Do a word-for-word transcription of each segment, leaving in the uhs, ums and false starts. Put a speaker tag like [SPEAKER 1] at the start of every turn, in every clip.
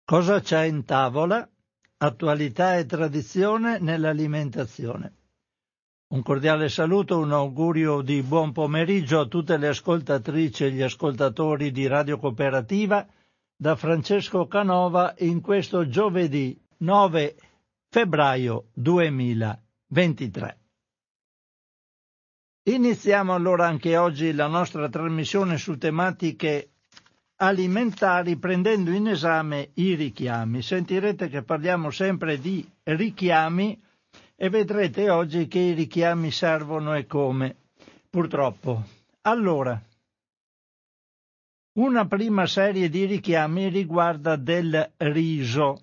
[SPEAKER 1] Cosa c'è in tavola? Attualità e tradizione nell'alimentazione. Un cordiale saluto, un augurio di buon pomeriggio a tutte le ascoltatrici e gli ascoltatori di Radio Cooperativa da Francesco Canova in questo giovedì nove febbraio duemilaventitré. Iniziamo allora anche oggi la nostra trasmissione su tematiche alimentari prendendo in esame i richiami. Sentirete che parliamo sempre di richiami e vedrete oggi che i richiami servono e come, purtroppo. Allora, una prima serie di richiami riguarda del riso.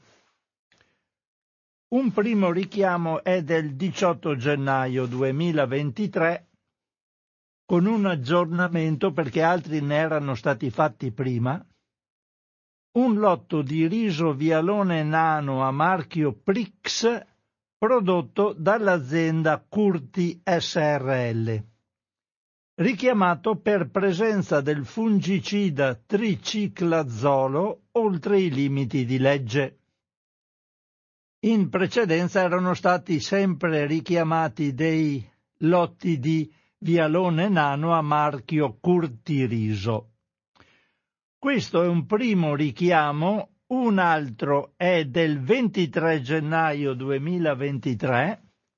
[SPEAKER 1] Un primo richiamo è del diciotto gennaio duemilaventitré, con un aggiornamento perché altri ne erano stati fatti prima. Un lotto di riso Vialone Nano a marchio Prix prodotto dall'azienda Curti S R L, richiamato per presenza del fungicida triciclazolo oltre i limiti di legge. In precedenza erano stati sempre richiamati dei lotti di Vialone Nano a marchio Curti Riso. Questo è un primo richiamo, un altro è del ventitré gennaio duemilaventitré.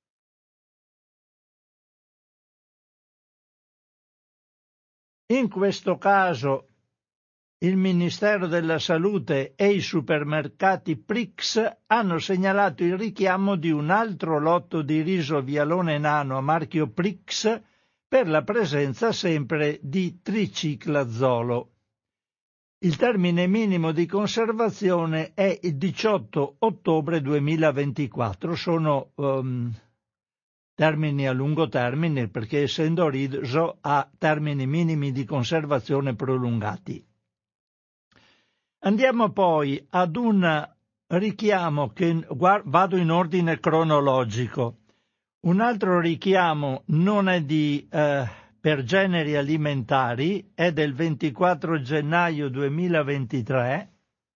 [SPEAKER 1] In questo caso il Ministero della Salute e i supermercati Prix hanno segnalato il richiamo di un altro lotto di riso Vialone Nano a marchio Prix per la presenza sempre di triciclazolo. Il termine minimo di conservazione è il diciotto ottobre duemilaventiquattro. Sono um, termini a lungo termine perché essendo riso ha termini minimi di conservazione prolungati. Andiamo poi ad un richiamo che guarda, vado in ordine cronologico. Un altro richiamo non è di eh, per generi alimentari, è del ventiquattro gennaio duemilaventitré,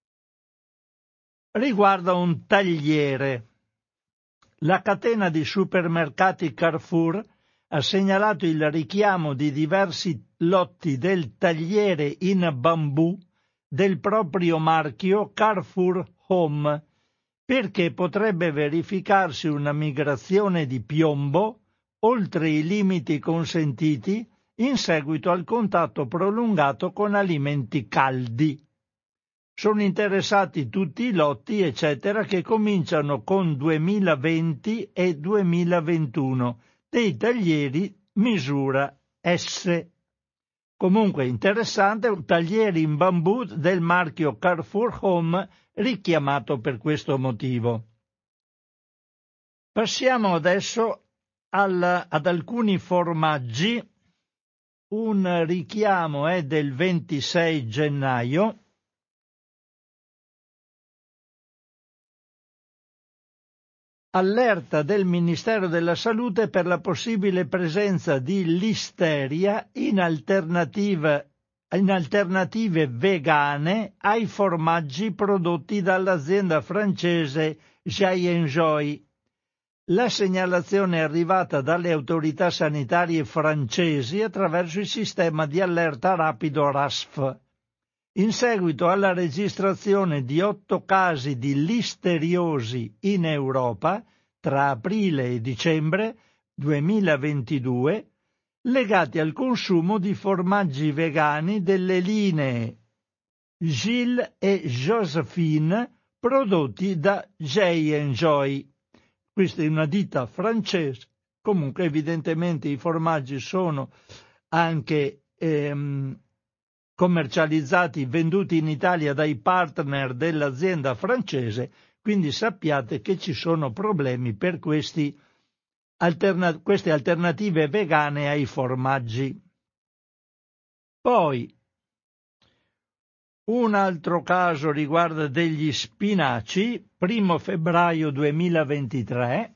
[SPEAKER 1] riguarda un tagliere. La catena di supermercati Carrefour ha segnalato il richiamo di diversi lotti del tagliere in bambù del proprio marchio Carrefour Home, perché potrebbe verificarsi una migrazione di piombo oltre i limiti consentiti in seguito al contatto prolungato con alimenti caldi. Sono interessati tutti i lotti, eccetera, che cominciano con duemilaventi e duemilaventuno, dei taglieri misura S. Comunque interessante, un tagliere in bambù del marchio Carrefour Home richiamato per questo motivo. Passiamo adesso al, ad alcuni formaggi. Un richiamo è del ventisei gennaio. Allerta del Ministero della Salute per la possibile presenza di listeria in alternativa in alternative vegane ai formaggi prodotti dall'azienda francese J&Joy. La segnalazione è arrivata dalle autorità sanitarie francesi attraverso il sistema di allerta rapido R A S F. In seguito alla registrazione di otto casi di listeriosi in Europa tra aprile e dicembre duemilaventidue, legati al consumo di formaggi vegani delle linee Gilles e Josephine prodotti da J&Joy. Questa è una ditta francese. Comunque evidentemente i formaggi sono anche ehm, commercializzati, venduti in Italia dai partner dell'azienda francese, quindi sappiate che ci sono problemi per questi Alterna- queste alternative vegane ai formaggi. Poi un altro caso riguarda degli spinaci, primo febbraio duemilaventitré.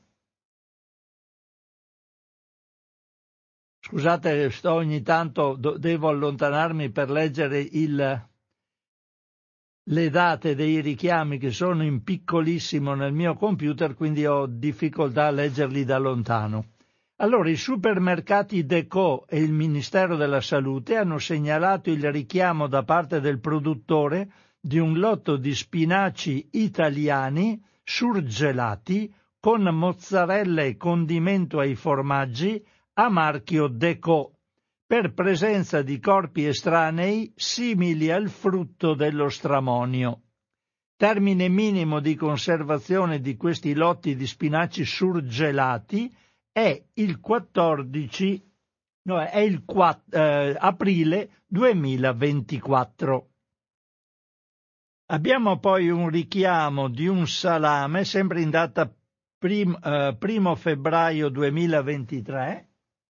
[SPEAKER 1] Scusate, sto ogni tanto do- devo allontanarmi per leggere il, le date dei richiami che sono in piccolissimo nel mio computer, quindi ho difficoltà a leggerli da lontano. Allora, i supermercati Decò e il Ministero della Salute hanno segnalato il richiamo da parte del produttore di un lotto di spinaci italiani surgelati con mozzarella e condimento ai formaggi a marchio Decò, per presenza di corpi estranei simili al frutto dello stramonio. Termine minimo di conservazione di questi lotti di spinaci surgelati è il quattordici, no, è il quattro, eh, aprile duemilaventiquattro. Abbiamo poi un richiamo di un salame, sempre in data prim, eh, primo febbraio duemilaventitré,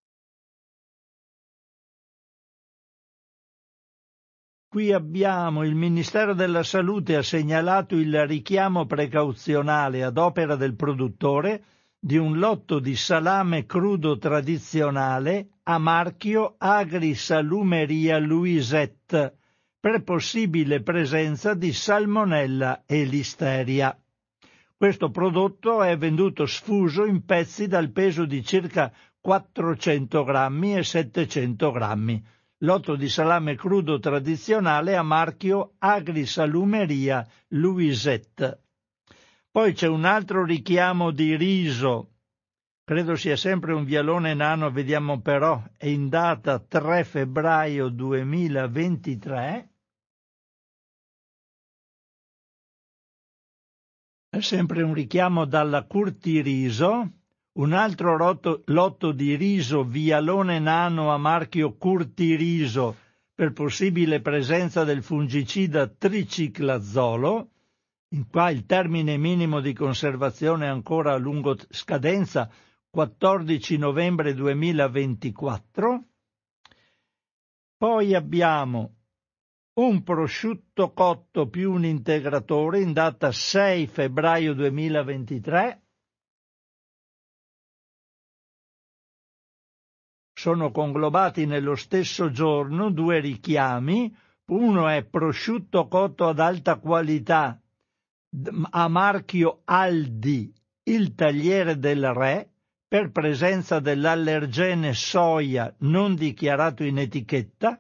[SPEAKER 1] qui abbiamo il Ministero della Salute ha segnalato il richiamo precauzionale ad opera del produttore di un lotto di salame crudo tradizionale a marchio Agrisalumeria Luisette per possibile presenza di salmonella e listeria. Questo prodotto è venduto sfuso in pezzi dal peso di circa quattrocento grammi e settecento grammi. Lotto di salame crudo tradizionale a marchio Agrisalumeria Luisette. Poi c'è un altro richiamo di riso, credo sia sempre un vialone nano, vediamo però, è in data tre febbraio duemilaventitré. È sempre un richiamo dalla Curtiriso. Un altro lotto, lotto di riso vialone nano a marchio Curtiriso per possibile presenza del fungicida triciclazolo. In qua il termine minimo di conservazione è ancora a lungo scadenza, quattordici novembre duemilaventiquattro. Poi abbiamo un prosciutto cotto più un integratore in data sei febbraio duemilaventitré. Sono conglobati nello stesso giorno due richiami. Uno è prosciutto cotto ad alta qualità a marchio Aldi, il tagliere del re, per presenza dell'allergene soia non dichiarato in etichetta.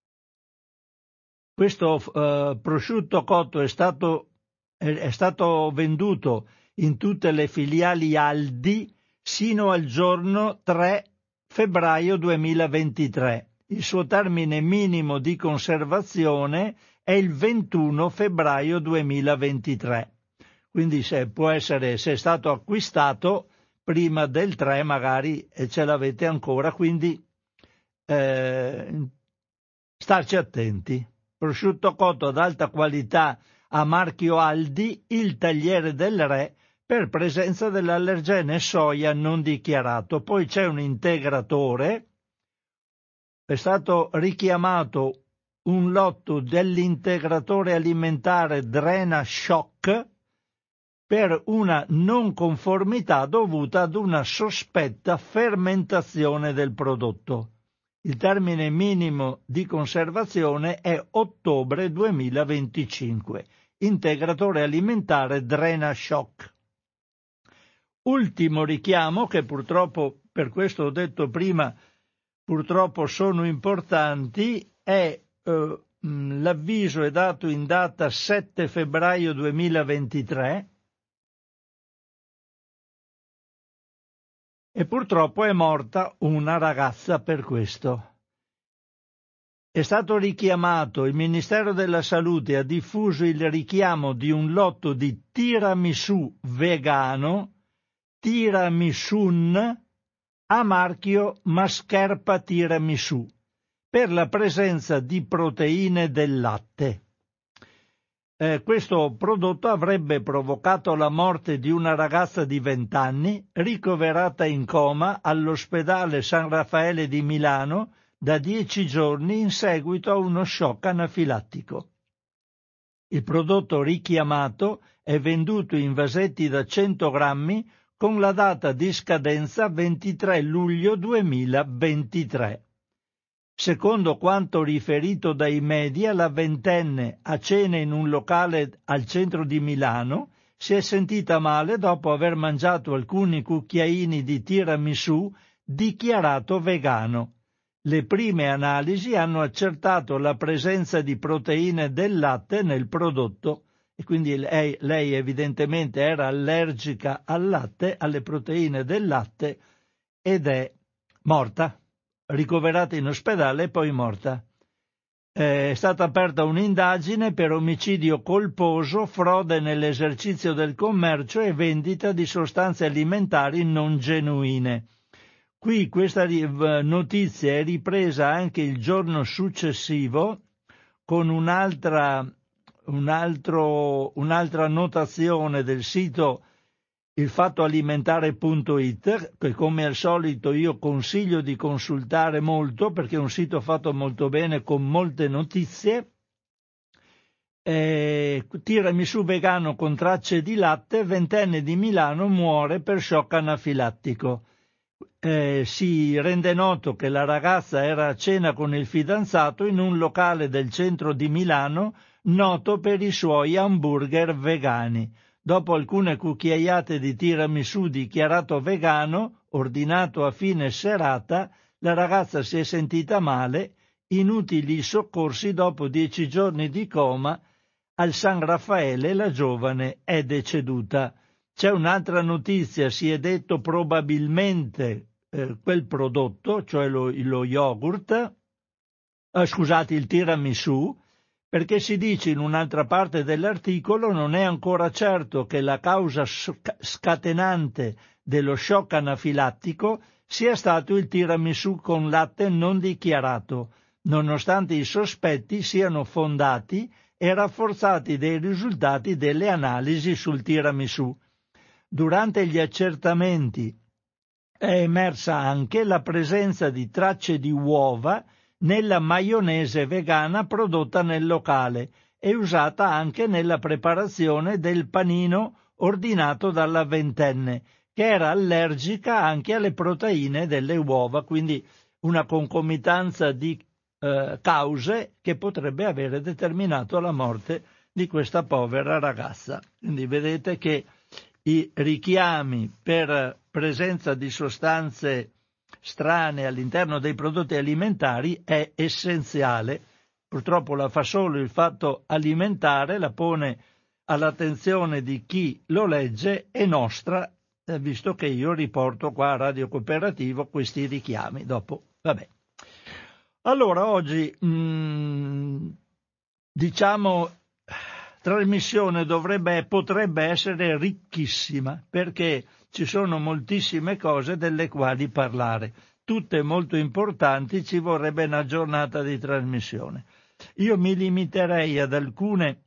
[SPEAKER 1] Questo eh, prosciutto cotto è stato, è, è stato venduto in tutte le filiali Aldi sino al giorno tre febbraio duemilaventitré. Il suo termine minimo di conservazione è il ventuno febbraio duemilaventitré. Quindi se può essere, se è stato acquistato prima del tre magari e ce l'avete ancora, quindi eh, starci attenti. Prosciutto cotto ad alta qualità a marchio Aldi, il tagliere del re, per presenza dell'allergene soia non dichiarato. Poi c'è un integratore, è stato richiamato un lotto dell'integratore alimentare Drena Shock per una non conformità dovuta ad una sospetta fermentazione del prodotto. Il termine minimo di conservazione è ottobre duemilaventicinque. Integratore alimentare Drena Shock. Ultimo richiamo, che purtroppo, per questo ho detto prima, purtroppo sono importanti, è eh, l'avviso è dato in data sette febbraio duemilaventitré e purtroppo è morta una ragazza per questo. È stato richiamato, il Ministero della Salute ha diffuso il richiamo di un lotto di tiramisù vegano, Tiramisun, a marchio Mascherpa Tiramisù, per la presenza di proteine del latte. Eh, questo prodotto avrebbe provocato la morte di una ragazza di venti anni, ricoverata in coma all'ospedale San Raffaele di Milano da dieci giorni in seguito a uno shock anafilattico. Il prodotto richiamato è venduto in vasetti da cento grammi con la data di scadenza ventitré luglio duemilaventitré. Secondo quanto riferito dai media, la ventenne, a cena in un locale al centro di Milano, si è sentita male dopo aver mangiato alcuni cucchiaini di tiramisù dichiarato vegano. Le prime analisi hanno accertato la presenza di proteine del latte nel prodotto e quindi lei, lei evidentemente era allergica al latte, alle proteine del latte, ed è morta, ricoverata in ospedale e poi morta. È stata aperta un'indagine per omicidio colposo, frode nell'esercizio del commercio e vendita di sostanze alimentari non genuine. Qui questa notizia è ripresa anche il giorno successivo con un'altra, un altro, un'altra notazione del sito ilfattoalimentare punto it, che come al solito io consiglio di consultare molto perché è un sito fatto molto bene con molte notizie. Eh, tiramisù vegano con tracce di latte, ventenne di Milano muore per shock anafilattico. Eh, si rende noto che la ragazza era a cena con il fidanzato in un locale del centro di Milano noto per i suoi hamburger vegani. Dopo alcune cucchiaiate di tiramisù dichiarato vegano, ordinato a fine serata, la ragazza si è sentita male, inutili i soccorsi, dopo dieci giorni di coma al San Raffaele la giovane è deceduta. C'è un'altra notizia, si è detto probabilmente eh, quel prodotto, cioè lo, lo yogurt, eh, scusate, il tiramisù, perché si dice in un'altra parte dell'articolo non è ancora certo che la causa scatenante dello shock anafilattico sia stato il tiramisù con latte non dichiarato, nonostante i sospetti siano fondati e rafforzati dai risultati delle analisi sul tiramisù. Durante gli accertamenti è emersa anche la presenza di tracce di uova nella maionese vegana prodotta nel locale e usata anche nella preparazione del panino ordinato dalla ventenne, che era allergica anche alle proteine delle uova, quindi una concomitanza di eh, cause che potrebbe avere determinato la morte di questa povera ragazza. Quindi vedete che i richiami per presenza di sostanze strane all'interno dei prodotti alimentari è essenziale. Purtroppo la fa solo il fatto alimentare, la pone all'attenzione di chi lo legge e nostra, eh, visto che io riporto qua a Radio Cooperativo questi richiami. Dopo, vabbè. Allora oggi, mh, diciamo, trasmissione dovrebbe, potrebbe essere ricchissima, perché ci sono moltissime cose delle quali parlare, tutte molto importanti, ci vorrebbe una giornata di trasmissione. Io mi limiterei ad alcune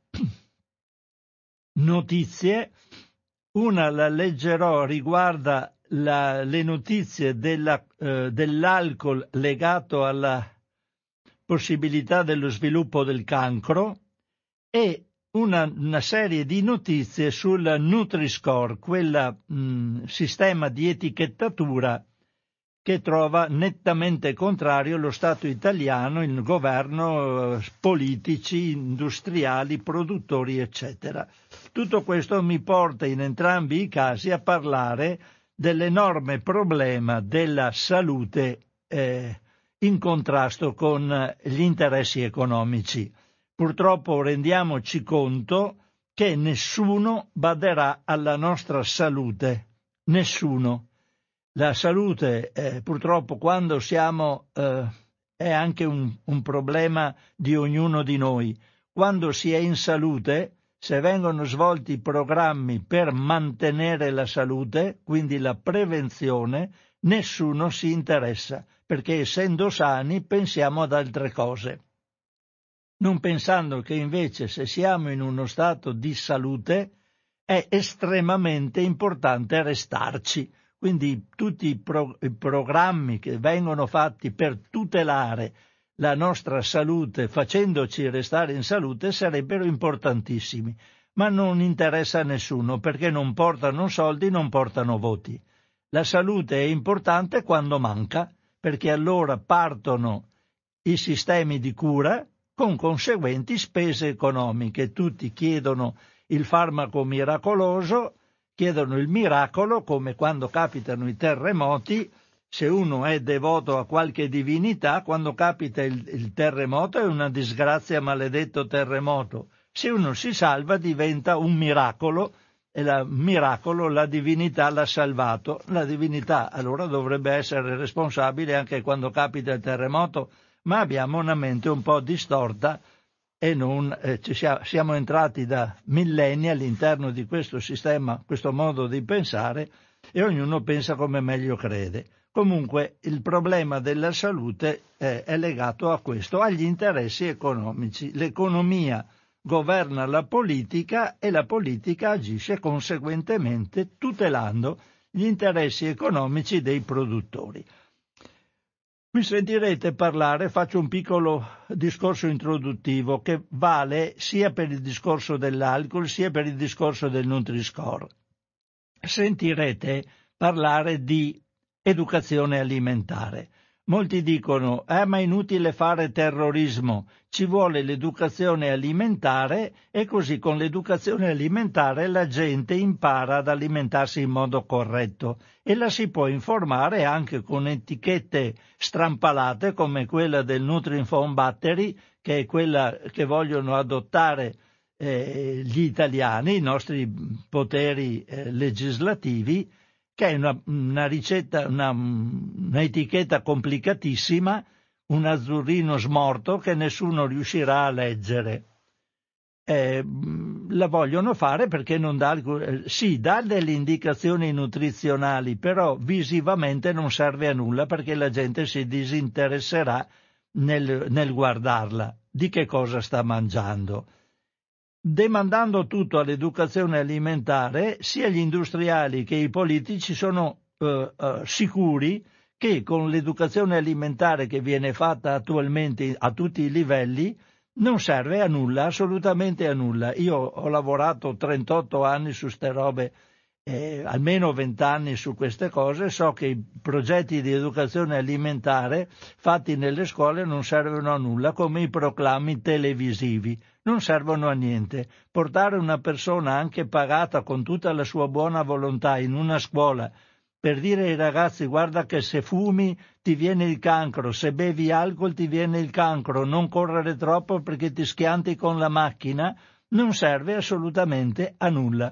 [SPEAKER 1] notizie, una la leggerò, riguarda la, le notizie della, eh, dell'alcol legato alla possibilità dello sviluppo del cancro e Una, una serie di notizie sul Nutri-Score, quel sistema di etichettatura che trova nettamente contrario lo Stato italiano, il governo, politici, industriali, produttori, eccetera. Tutto questo mi porta in entrambi i casi a parlare dell'enorme problema della salute eh, in contrasto con gli interessi economici. Purtroppo rendiamoci conto che nessuno baderà alla nostra salute, nessuno. La salute, eh, purtroppo, quando siamo, eh, è anche un, un problema di ognuno di noi. Quando si è in salute, se vengono svolti programmi per mantenere la salute, quindi la prevenzione, nessuno si interessa, perché essendo sani pensiamo ad altre cose. Non pensando che invece se siamo in uno stato di salute è estremamente importante restarci. Quindi tutti i, pro- i programmi che vengono fatti per tutelare la nostra salute, facendoci restare in salute, sarebbero importantissimi, ma non interessa a nessuno perché non portano soldi, non portano voti. La salute è importante quando manca, perché allora partono i sistemi di cura con conseguenti spese economiche. Tutti chiedono il farmaco miracoloso, chiedono il miracolo, come quando capitano i terremoti. Se uno è devoto a qualche divinità, quando capita il, il terremoto è una disgrazia, maledetto terremoto. Se uno si salva diventa un miracolo, e il miracolo la divinità l'ha salvato. La divinità allora dovrebbe essere responsabile anche quando capita il terremoto, ma abbiamo una mente un po' distorta e non eh, ci siamo, siamo entrati da millenni all'interno di questo sistema, questo modo di pensare, e ognuno pensa come meglio crede. Comunque il problema della salute eh, è legato a questo, agli interessi economici. L'economia governa la politica e la politica agisce conseguentemente tutelando gli interessi economici dei produttori. Mi sentirete parlare, faccio un piccolo discorso introduttivo che vale sia per il discorso dell'alcol sia per il discorso del Nutri-Score. Sentirete parlare di educazione alimentare. Molti dicono, eh ma è inutile fare terrorismo, ci vuole l'educazione alimentare e così con l'educazione alimentare la gente impara ad alimentarsi in modo corretto e la si può informare anche con etichette strampalate come quella del Nutrinform Battery, che è quella che vogliono adottare eh, gli italiani, i nostri poteri eh, legislativi, che è una, una ricetta, una, un'etichetta complicatissima, un azzurrino smorto che nessuno riuscirà a leggere. Eh, la vogliono fare perché non dà, eh, sì, dà delle indicazioni nutrizionali, però visivamente non serve a nulla perché la gente si disinteresserà nel, nel guardarla, di che cosa sta mangiando. Demandando tutto all'educazione alimentare, sia gli industriali che i politici sono eh, eh, sicuri che con l'educazione alimentare che viene fatta attualmente a tutti i livelli non serve a nulla, assolutamente a nulla. Io ho lavorato trentotto anni su ste robe, eh, almeno venti anni su queste cose, so che i progetti di educazione alimentare fatti nelle scuole non servono a nulla, come i proclami televisivi. Non servono a niente. Portare una persona anche pagata con tutta la sua buona volontà in una scuola per dire ai ragazzi guarda che se fumi ti viene il cancro, se bevi alcol ti viene il cancro, non correre troppo perché ti schianti con la macchina, non serve assolutamente a nulla.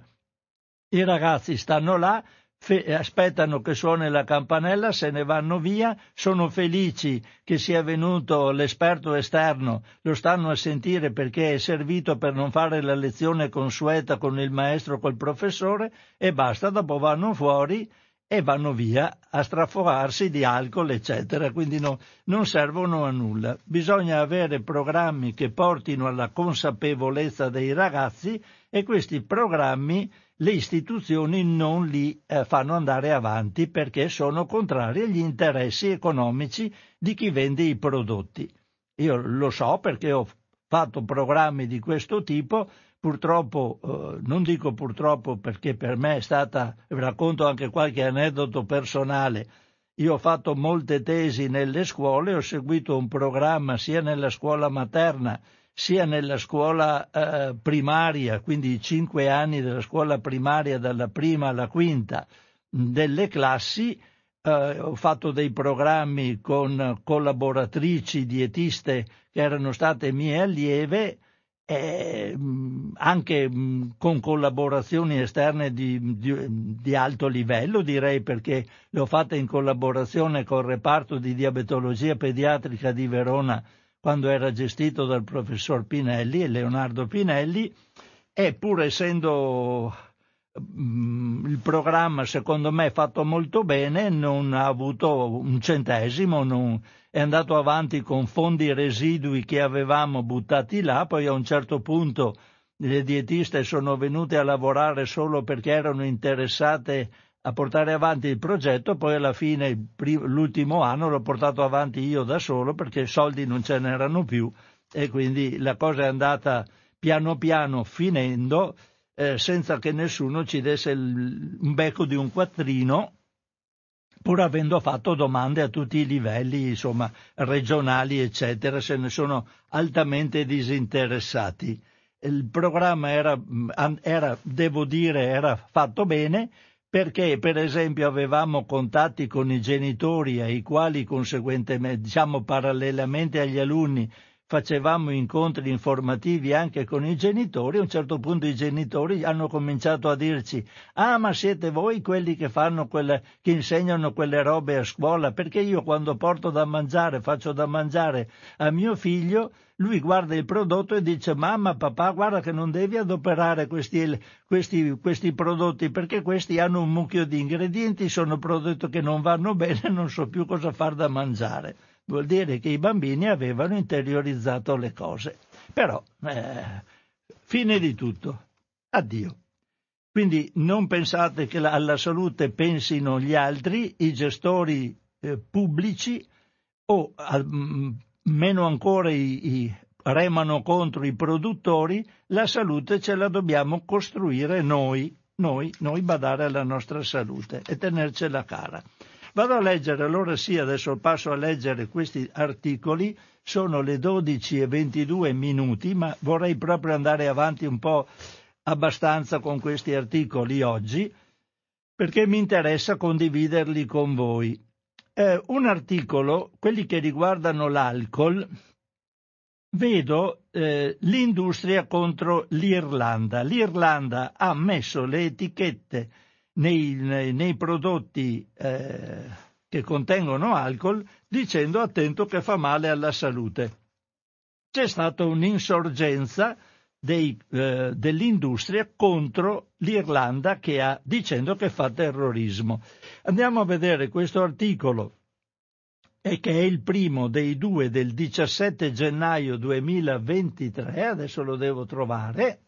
[SPEAKER 1] I ragazzi stanno là, Fe- aspettano che suoni la campanella, se ne vanno via, sono felici che sia venuto l'esperto esterno, lo stanno a sentire perché è servito per non fare la lezione consueta con il maestro, col professore, e basta, dopo vanno fuori e vanno via a strafogarsi di alcol, eccetera, quindi no, non servono a nulla. Bisogna avere programmi che portino alla consapevolezza dei ragazzi e questi programmi le istituzioni non li eh, fanno andare avanti perché sono contrari agli interessi economici di chi vende i prodotti. Io lo so perché ho fatto programmi di questo tipo, purtroppo, eh, non dico purtroppo perché per me è stata, vi racconto anche qualche aneddoto personale, io ho fatto molte tesi nelle scuole, ho seguito un programma sia nella scuola materna sia nella scuola eh, primaria, quindi i cinque anni della scuola primaria dalla prima alla quinta delle classi, eh, ho fatto dei programmi con collaboratrici dietiste che erano state mie allieve, eh, anche mh, con collaborazioni esterne di, di, di alto livello, direi, perché le ho fatte in collaborazione col reparto di diabetologia pediatrica di Verona quando era gestito dal professor Pinelli, Leonardo Pinelli, e pur essendo mh, il programma secondo me fatto molto bene, non ha avuto un centesimo, non, è andato avanti con fondi residui che avevamo buttati là, poi a un certo punto le dietiste sono venute a lavorare solo perché erano interessate a portare avanti il progetto, poi alla fine l'ultimo anno l'ho portato avanti io da solo perché soldi non ce n'erano più e quindi la cosa è andata piano piano finendo eh, senza che nessuno ci desse il, un becco di un quattrino pur avendo fatto domande a tutti i livelli, insomma, regionali, eccetera, se ne sono altamente disinteressati. Il programma era, era, devo dire, era fatto bene, perché per esempio avevamo contatti con i genitori ai quali conseguentemente, diciamo parallelamente agli alunni, facevamo incontri informativi anche con i genitori. A un certo punto i genitori hanno cominciato a dirci: ah, ma siete voi quelli che fanno quelle, che insegnano quelle robe a scuola? Perché io quando porto da mangiare, faccio da mangiare a mio figlio, lui guarda il prodotto e dice: mamma, papà, guarda che non devi adoperare questi, questi, questi prodotti, perché questi hanno un mucchio di ingredienti, sono prodotti che non vanno bene, non so più cosa far da mangiare. Vuol dire che i bambini avevano interiorizzato le cose. Però, eh, fine di tutto. Addio. Quindi non pensate che la, alla salute pensino gli altri, i gestori eh, pubblici, o a, m, meno ancora i, i remano contro i produttori. La salute ce la dobbiamo costruire noi, noi, noi badare alla nostra salute e tenercela cara. Vado a leggere, allora sì, adesso passo a leggere questi articoli, sono le dodici e ventidue minuti, ma vorrei proprio andare avanti un po' abbastanza con questi articoli oggi, perché mi interessa condividerli con voi. Eh, un articolo, quelli che riguardano l'alcol, vedo eh, l'industria contro l'Irlanda. L'Irlanda ha messo le etichette Nei, nei, nei prodotti eh, che contengono alcol, dicendo: attento che fa male alla salute. C'è stata un'insorgenza dei, eh, dell'industria contro l'Irlanda, che ha, dicendo che fa terrorismo. Andiamo a vedere questo articolo, e che è il primo dei due del diciassette gennaio duemilaventitré, adesso lo devo trovare.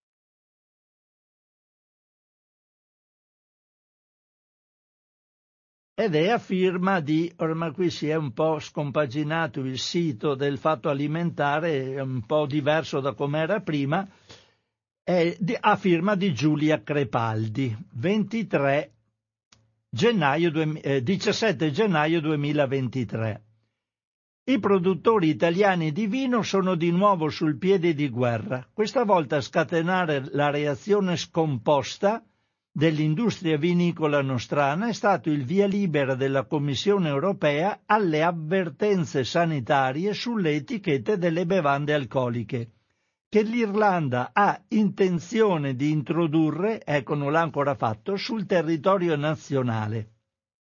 [SPEAKER 1] Ed è a firma di, ormai qui si è un po' scompaginato il sito del Fatto Alimentare, è un po' diverso da come era prima, è di, a firma di Giulia Crepaldi, ventitré gennaio, eh, diciassette gennaio duemilaventitré. I produttori italiani di vino sono di nuovo sul piede di guerra, questa volta a scatenare la reazione scomposta dell'industria vinicola nostrana è stato il via libera della Commissione europea alle avvertenze sanitarie sulle etichette delle bevande alcoliche, che l'Irlanda ha intenzione di introdurre, ecco non l'ha ancora fatto, sul territorio nazionale.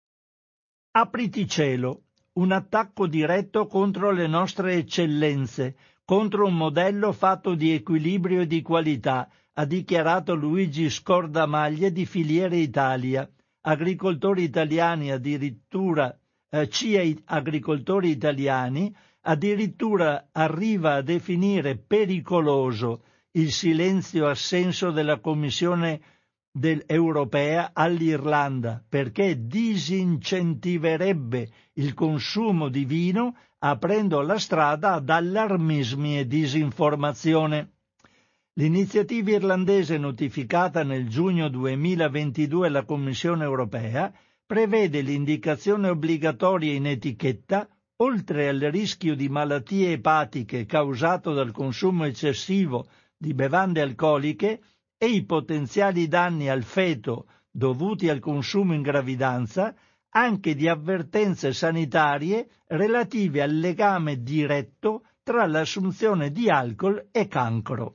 [SPEAKER 1] Apriti cielo, un attacco diretto contro le nostre eccellenze, contro un modello fatto di equilibrio e di qualità, ha dichiarato Luigi Scordamaglie di Filiere Italia. Agricoltori italiani addirittura, eh, C I A Agricoltori Italiani, addirittura arriva a definire pericoloso il silenzio assenso della Commissione del, europea all'Irlanda, perché disincentiverebbe il consumo di vino, aprendo la strada ad allarmismi e disinformazione. L'iniziativa irlandese, notificata nel giugno duemilaventidue alla Commissione europea, prevede l'indicazione obbligatoria in etichetta, oltre al rischio di malattie epatiche causato dal consumo eccessivo di bevande alcoliche e i potenziali danni al feto dovuti al consumo in gravidanza, anche di avvertenze sanitarie relative al legame diretto tra l'assunzione di alcol e cancro.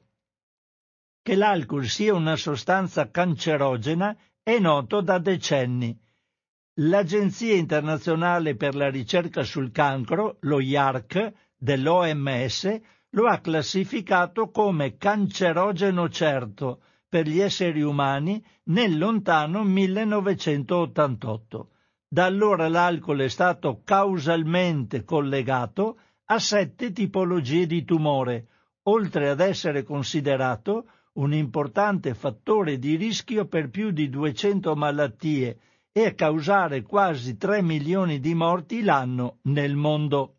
[SPEAKER 1] Che l'alcol sia una sostanza cancerogena è noto da decenni. L'Agenzia internazionale per la ricerca sul cancro, lo I A R C, dell'O M S, lo ha classificato come cancerogeno certo per gli esseri umani nel lontano millenovecentottantotto. Da allora l'alcol è stato causalmente collegato a sette tipologie di tumore, oltre ad essere considerato un importante fattore di rischio per più di duecento malattie e a causare quasi tre milioni di morti l'anno nel mondo.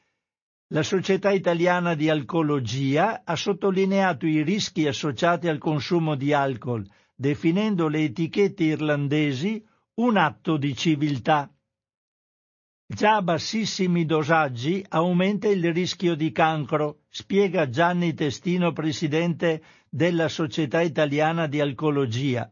[SPEAKER 1] La Società Italiana di Alcologia ha sottolineato i rischi associati al consumo di alcol, definendo le etichette irlandesi un atto di civiltà. Già a bassissimi dosaggi aumenta il rischio di cancro, spiega Gianni Testino, presidente della Società Italiana di Alcologia.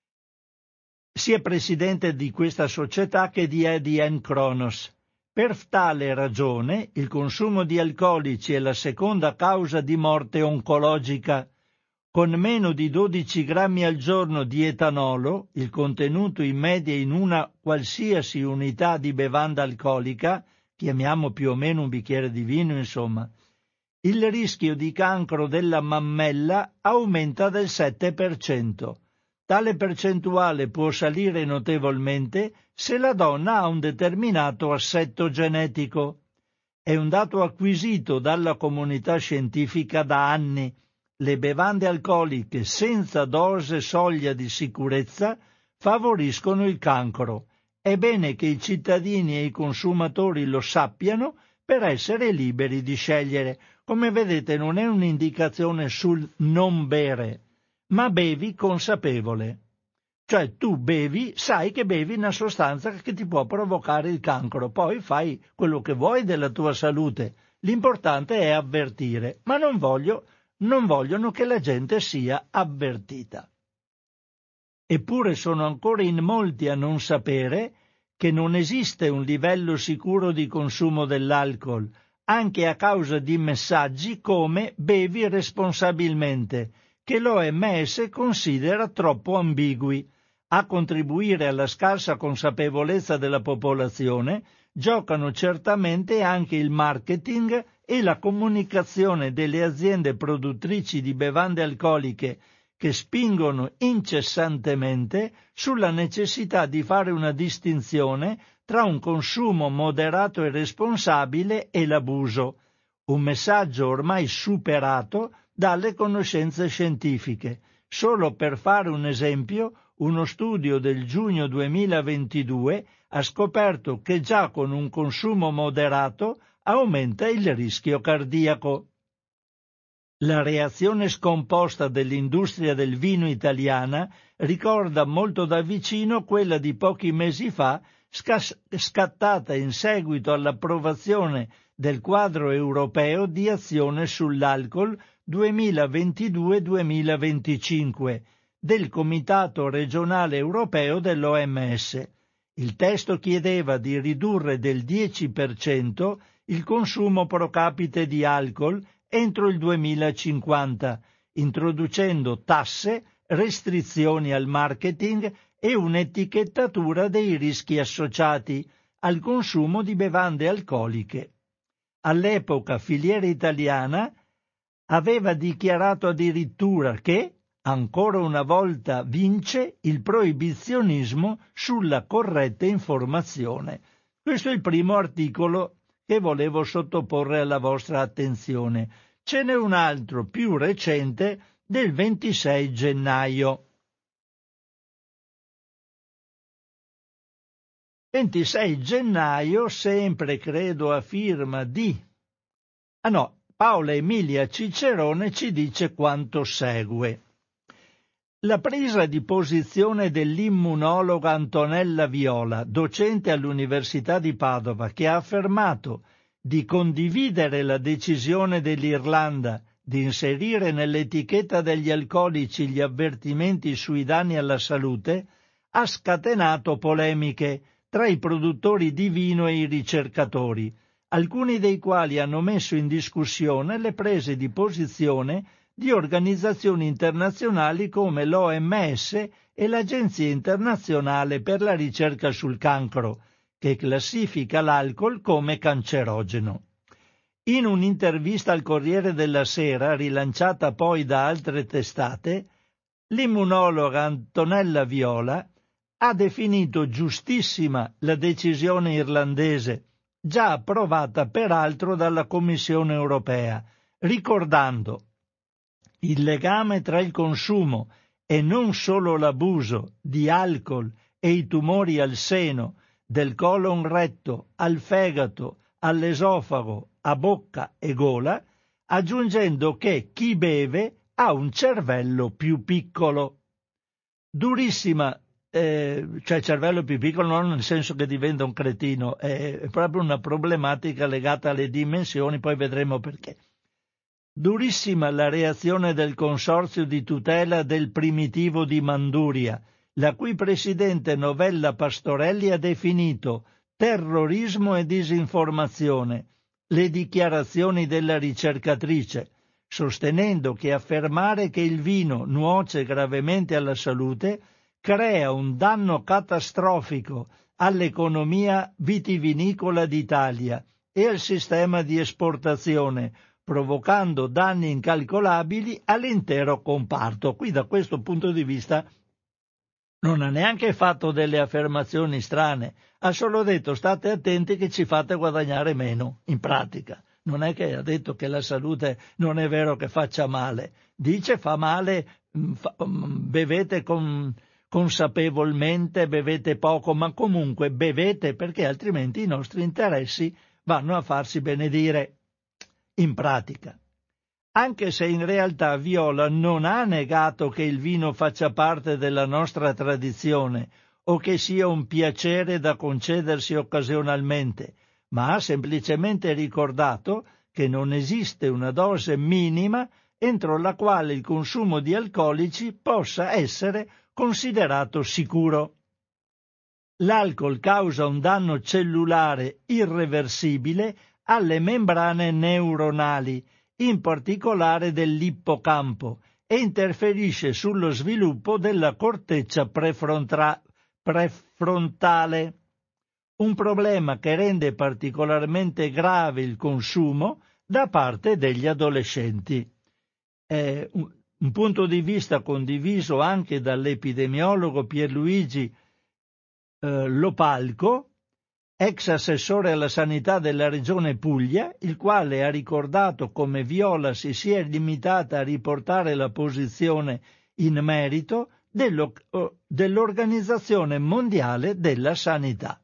[SPEAKER 1] Sia presidente di questa società che di E D N Cronos. Per tale ragione il consumo di alcolici è la seconda causa di morte oncologica. Con meno di dodici grammi al giorno di etanolo, il contenuto in media in una qualsiasi unità di bevanda alcolica, chiamiamo più o meno un bicchiere di vino insomma, il rischio di cancro della mammella aumenta del sette per cento. Tale percentuale può salire notevolmente se la donna ha un determinato assetto genetico. È un dato acquisito dalla comunità scientifica da anni. Le bevande alcoliche senza dose soglia di sicurezza favoriscono il cancro. È bene che i cittadini e i consumatori lo sappiano per essere liberi di scegliere. Come vedete non è un'indicazione sul non bere, ma bevi consapevole. Cioè tu bevi, sai che bevi una sostanza che ti può provocare il cancro, poi fai quello che vuoi della tua salute. L'importante è avvertire, ma non voglio... non vogliono che la gente sia avvertita. Eppure sono ancora in molti a non sapere che non esiste un livello sicuro di consumo dell'alcol, anche a causa di messaggi come bevi responsabilmente, che l'O M S considera troppo ambigui. A contribuire alla scarsa consapevolezza della popolazione giocano certamente anche il marketing e la comunicazione delle aziende produttrici di bevande alcoliche che spingono incessantemente sulla necessità di fare una distinzione tra un consumo moderato e responsabile e l'abuso, un messaggio ormai superato dalle conoscenze scientifiche. Solo per fare un esempio, uno studio del giugno duemilaventidue ha scoperto che già con un consumo moderato aumenta il rischio cardiaco. La reazione scomposta dell'industria del vino italiana ricorda molto da vicino quella di pochi mesi fa, scattata in seguito all'approvazione del quadro europeo di azione sull'alcol duemilaventidue duemilaventicinque del Comitato regionale europeo dell'O M S. Il testo chiedeva di ridurre del dieci per cento il consumo pro capite di alcol entro il duemilacinquanta, introducendo tasse, restrizioni al marketing e un'etichettatura dei rischi associati al consumo di bevande alcoliche. All'epoca Filiera Italiana aveva dichiarato addirittura che, ancora una volta, vince il proibizionismo sulla corretta informazione. Questo è il primo articolo che volevo sottoporre alla vostra attenzione. Ce n'è un altro più recente del ventisei gennaio. ventisei gennaio, sempre credo a firma di... Ah no, Paola Emilia Cicerone ci dice quanto segue. La presa di posizione dell'immunologa Antonella Viola, docente all'Università di Padova, che ha affermato di condividere la decisione dell'Irlanda di inserire nell'etichetta degli alcolici gli avvertimenti sui danni alla salute, ha scatenato polemiche tra i produttori di vino e i ricercatori, alcuni dei quali hanno messo in discussione le prese di posizione di organizzazioni internazionali come l'O M S e l'Agenzia internazionale per la ricerca sul cancro, che classifica l'alcol come cancerogeno. In un'intervista al Corriere della Sera, rilanciata poi da altre testate, l'immunologa Antonella Viola ha definito giustissima la decisione irlandese, già approvata peraltro dalla Commissione europea, ricordando il legame tra il consumo e non solo l'abuso di alcol e i tumori al seno, del colon retto, al fegato, all'esofago, a bocca e gola, aggiungendo che chi beve ha un cervello più piccolo. Durissima eh, cioè cervello più piccolo non nel senso che diventa un cretino, è, è proprio una problematica legata alle dimensioni, poi vedremo perché. Durissima la reazione del Consorzio di tutela del primitivo di Manduria, la cui presidente Novella Pastorelli ha definito terrorismo e disinformazione le dichiarazioni della ricercatrice, sostenendo che affermare che il vino nuoce gravemente alla salute crea un danno catastrofico all'economia vitivinicola d'Italia e al sistema di esportazione, provocando danni incalcolabili all'intero comparto. Qui da questo punto di vista non ha neanche fatto delle affermazioni strane, ha solo detto state attenti che ci fate guadagnare meno, in pratica. Non è che ha detto che la salute non è vero che faccia male, dice fa male, fa, bevete con, consapevolmente, bevete poco, ma comunque bevete perché altrimenti i nostri interessi vanno a farsi benedire. In pratica, anche se in realtà Viola non ha negato che il vino faccia parte della nostra tradizione o che sia un piacere da concedersi occasionalmente, ma ha semplicemente ricordato che non esiste una dose minima entro la quale il consumo di alcolici possa essere considerato sicuro. L'alcol causa un danno cellulare irreversibile alle membrane neuronali, in particolare dell'ippocampo, e interferisce sullo sviluppo della corteccia prefrontra- prefrontale, un problema che rende particolarmente grave il consumo da parte degli adolescenti. È un, un punto di vista condiviso anche dall'epidemiologo Pierluigi eh, Lopalco, ex assessore alla sanità della regione Puglia, il quale ha ricordato come Viola si sia limitata a riportare la posizione in merito dello, dell'Organizzazione Mondiale della Sanità.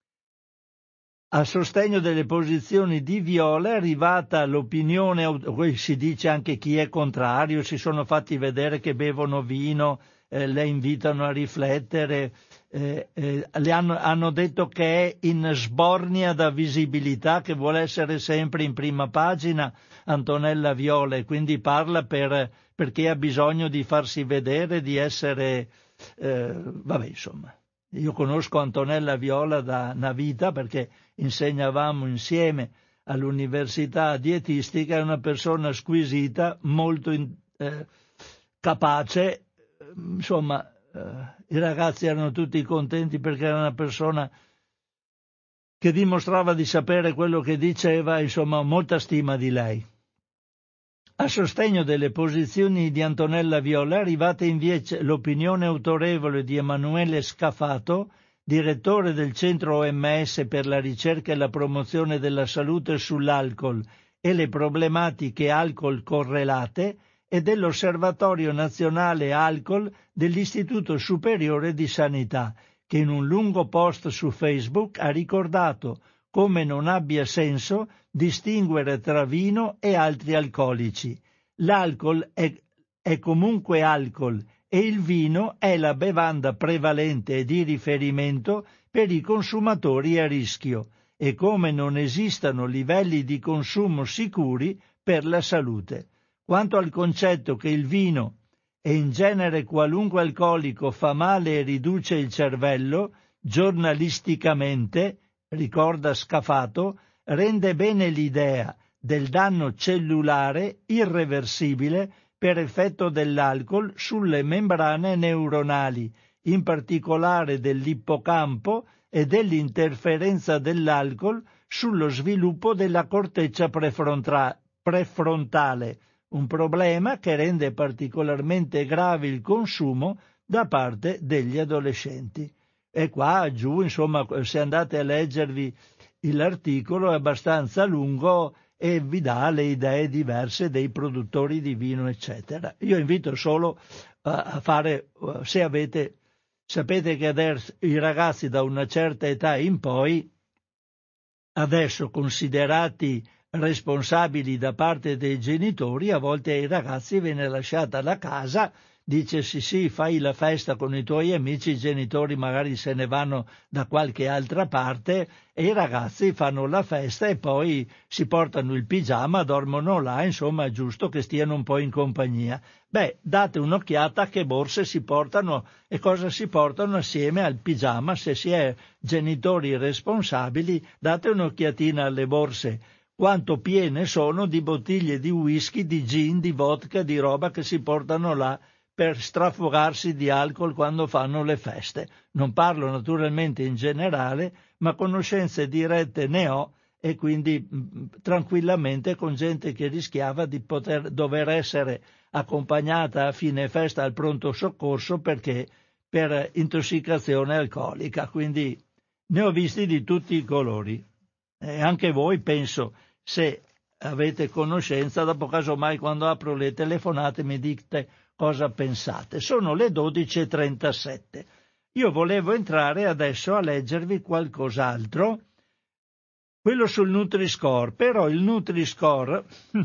[SPEAKER 1] A sostegno delle posizioni di Viola è arrivata l'opinione, poi si dice anche chi è contrario, si sono fatti vedere che bevono vino, eh, le invitano a riflettere, eh, eh, le hanno, hanno detto che è in sbornia da visibilità, che vuole essere sempre in prima pagina Antonella Viola e quindi parla per, perché ha bisogno di farsi vedere, di essere, eh, vabbè insomma. Io conosco Antonella Viola da una vita perché insegnavamo insieme all'università dietistica, è una persona squisita, molto in, eh, capace, insomma eh, i ragazzi erano tutti contenti perché era una persona che dimostrava di sapere quello che diceva, insomma molta stima di lei. A sostegno delle posizioni di Antonella Viola è arrivata invece l'opinione autorevole di Emanuele Scafato, direttore del Centro O M S per la ricerca e la promozione della salute sull'alcol e le problematiche alcol correlate, e dell'Osservatorio Nazionale Alcol dell'Istituto Superiore di Sanità, che in un lungo post su Facebook ha ricordato come non abbia senso distinguere tra vino e altri alcolici. L'alcol è, è comunque alcol e il vino è la bevanda prevalente e di riferimento per i consumatori a rischio, e come non esistano livelli di consumo sicuri per la salute. Quanto al concetto che il vino e in genere qualunque alcolico fa male e riduce il cervello, giornalisticamente, ricorda Scafato, rende bene l'idea del danno cellulare irreversibile per effetto dell'alcol sulle membrane neuronali, in particolare dell'ippocampo, e dell'interferenza dell'alcol sullo sviluppo della corteccia prefrontra- prefrontale, un problema che rende particolarmente grave il consumo da parte degli adolescenti. E qua giù, insomma, se andate a leggervi l'articolo è abbastanza lungo e vi dà le idee diverse dei produttori di vino, eccetera. Io invito solo a fare, se avete, sapete che adesso i ragazzi da una certa età in poi, adesso considerati responsabili da parte dei genitori, a volte ai ragazzi viene lasciata la casa dice sì sì, fai la festa con i tuoi amici, i genitori magari se ne vanno da qualche altra parte e i ragazzi fanno la festa e poi si portano il pigiama, dormono là, insomma è giusto che stiano un po' in compagnia. Beh, date un'occhiata a che borse si portano e cosa si portano assieme al pigiama. Se si è genitori responsabili, date un'occhiatina alle borse, quanto piene sono di bottiglie di whisky, di gin, di vodka, di roba che si portano là per strafogarsi di alcol quando fanno le feste. Non parlo naturalmente in generale, ma conoscenze dirette ne ho, e quindi mh, tranquillamente con gente che rischiava di poter dover essere accompagnata a fine festa al pronto soccorso perché per intossicazione alcolica. Quindi ne ho visti di tutti i colori. E anche voi, penso, se avete conoscenza, dopo casomai quando apro le telefonate mi dite cosa pensate. Sono le dodici e trentasette. Io volevo entrare adesso a leggervi qualcos'altro, quello sul Nutri-Score, però il Nutri-Score hm,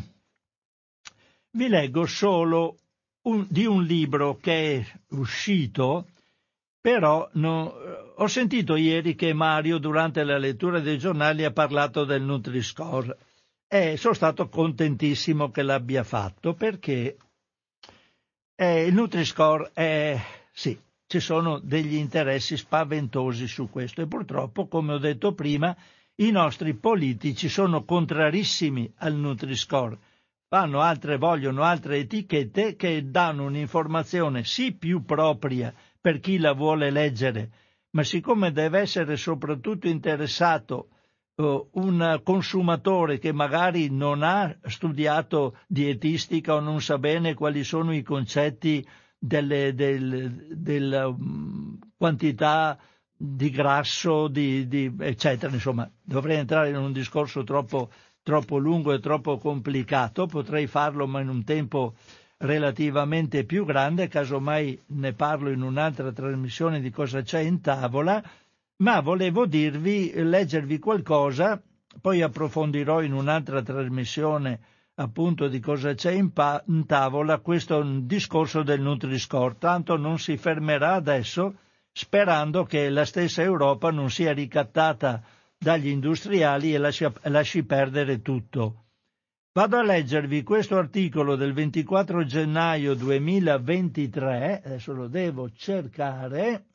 [SPEAKER 1] vi leggo solo un, di un libro che è uscito, però no, ho sentito ieri che Mario durante la lettura dei giornali ha parlato del Nutri-Score e sono stato contentissimo che l'abbia fatto perché eh, il Nutri-Score è, sì, ci sono degli interessi spaventosi su questo e purtroppo, come ho detto prima, i nostri politici sono contrarissimi al Nutri-Score, fanno altre, vogliono altre etichette che danno un'informazione sì più propria per chi la vuole leggere, ma siccome deve essere soprattutto interessato uh, un consumatore che magari non ha studiato dietistica o non sa bene quali sono i concetti delle, del, della um, quantità di grasso, di, di, eccetera, insomma, dovrei entrare in un discorso troppo, troppo lungo e troppo complicato, potrei farlo ma in un tempo relativamente più grande, casomai ne parlo in un'altra trasmissione di cosa c'è in tavola, ma volevo dirvi, leggervi qualcosa, poi approfondirò in un'altra trasmissione appunto di cosa c'è in, pa- in tavola, questo discorso del Nutri-Score, tanto non si fermerà adesso, sperando che la stessa Europa non sia ricattata dagli industriali e lasci, lasci perdere tutto. Vado a leggervi questo articolo del ventiquattro gennaio duemilaventitré, adesso lo devo cercare,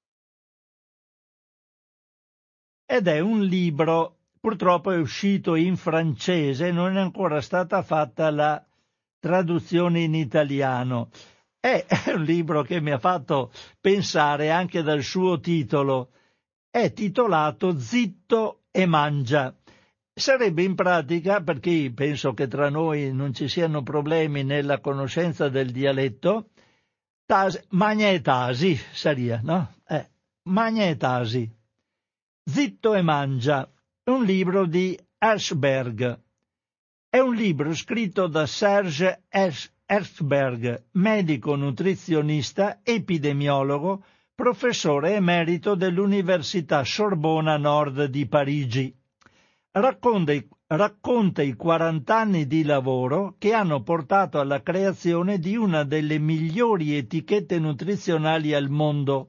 [SPEAKER 1] ed è un libro, purtroppo è uscito in francese, non è ancora stata fatta la traduzione in italiano. È un libro che mi ha fatto pensare anche dal suo titolo, è titolato Zitto e mangia. Sarebbe in pratica, perché penso che tra noi non ci siano problemi nella conoscenza del dialetto, tasi, magna e tasi, sarebbe, no? Eh, magna e tasi. Zitto e mangia, un libro di Hershberg. È un libro scritto da Serge Hershberg, medico nutrizionista, epidemiologo, professore emerito dell'Università Sorbona Nord di Parigi. Racconta i, racconta i quaranta anni di lavoro che hanno portato alla creazione di una delle migliori etichette nutrizionali al mondo,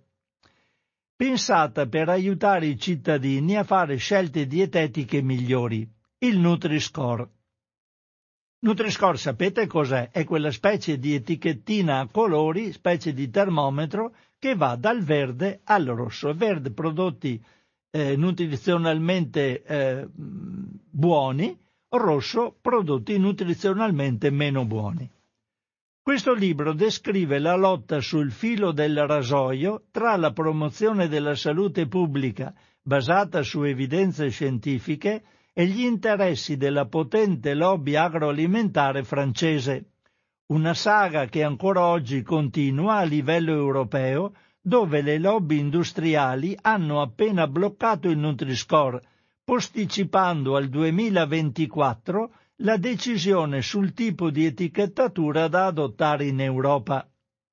[SPEAKER 1] pensata per aiutare i cittadini a fare scelte dietetiche migliori, il Nutri-Score. Nutri-Score sapete cos'è? È quella specie di etichettina a colori, specie di termometro, che va dal verde al rosso. Verde prodotti eh, nutrizionalmente eh, buoni, rosso prodotti nutrizionalmente meno buoni. Questo libro descrive la lotta sul filo del rasoio tra la promozione della salute pubblica basata su evidenze scientifiche e gli interessi della potente lobby agroalimentare francese. Una saga che ancora oggi continua a livello europeo, dove le lobby industriali hanno appena bloccato il Nutri-Score, posticipando al duemilaventiquattro la decisione sul tipo di etichettatura da adottare in Europa.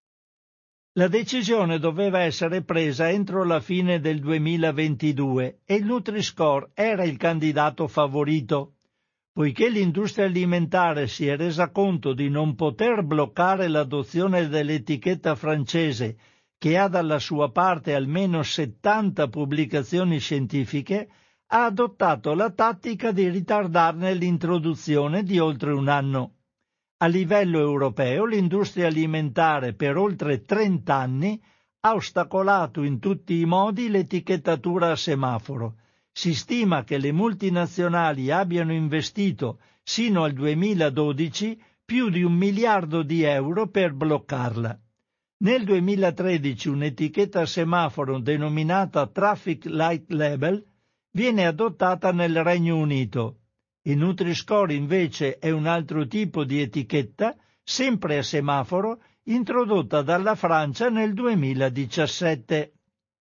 [SPEAKER 1] La decisione doveva essere presa entro la fine del duemilaventidue e il Nutri-Score era il candidato favorito. Poiché l'industria alimentare si è resa conto di non poter bloccare l'adozione dell'etichetta francese, che ha dalla sua parte almeno settanta pubblicazioni scientifiche, ha adottato la tattica di ritardarne l'introduzione di oltre un anno. A livello europeo l'industria alimentare per oltre trenta anni ha ostacolato in tutti i modi l'etichettatura a semaforo. Si stima che le multinazionali abbiano investito sino al duemiladodici più di un miliardo di euro per bloccarla. Nel duemilatredici un'etichetta a semaforo denominata Traffic Light Label viene adottata nel Regno Unito. Il Nutri-Score invece è un altro tipo di etichetta, sempre a semaforo, introdotta dalla Francia nel duemiladiciassette.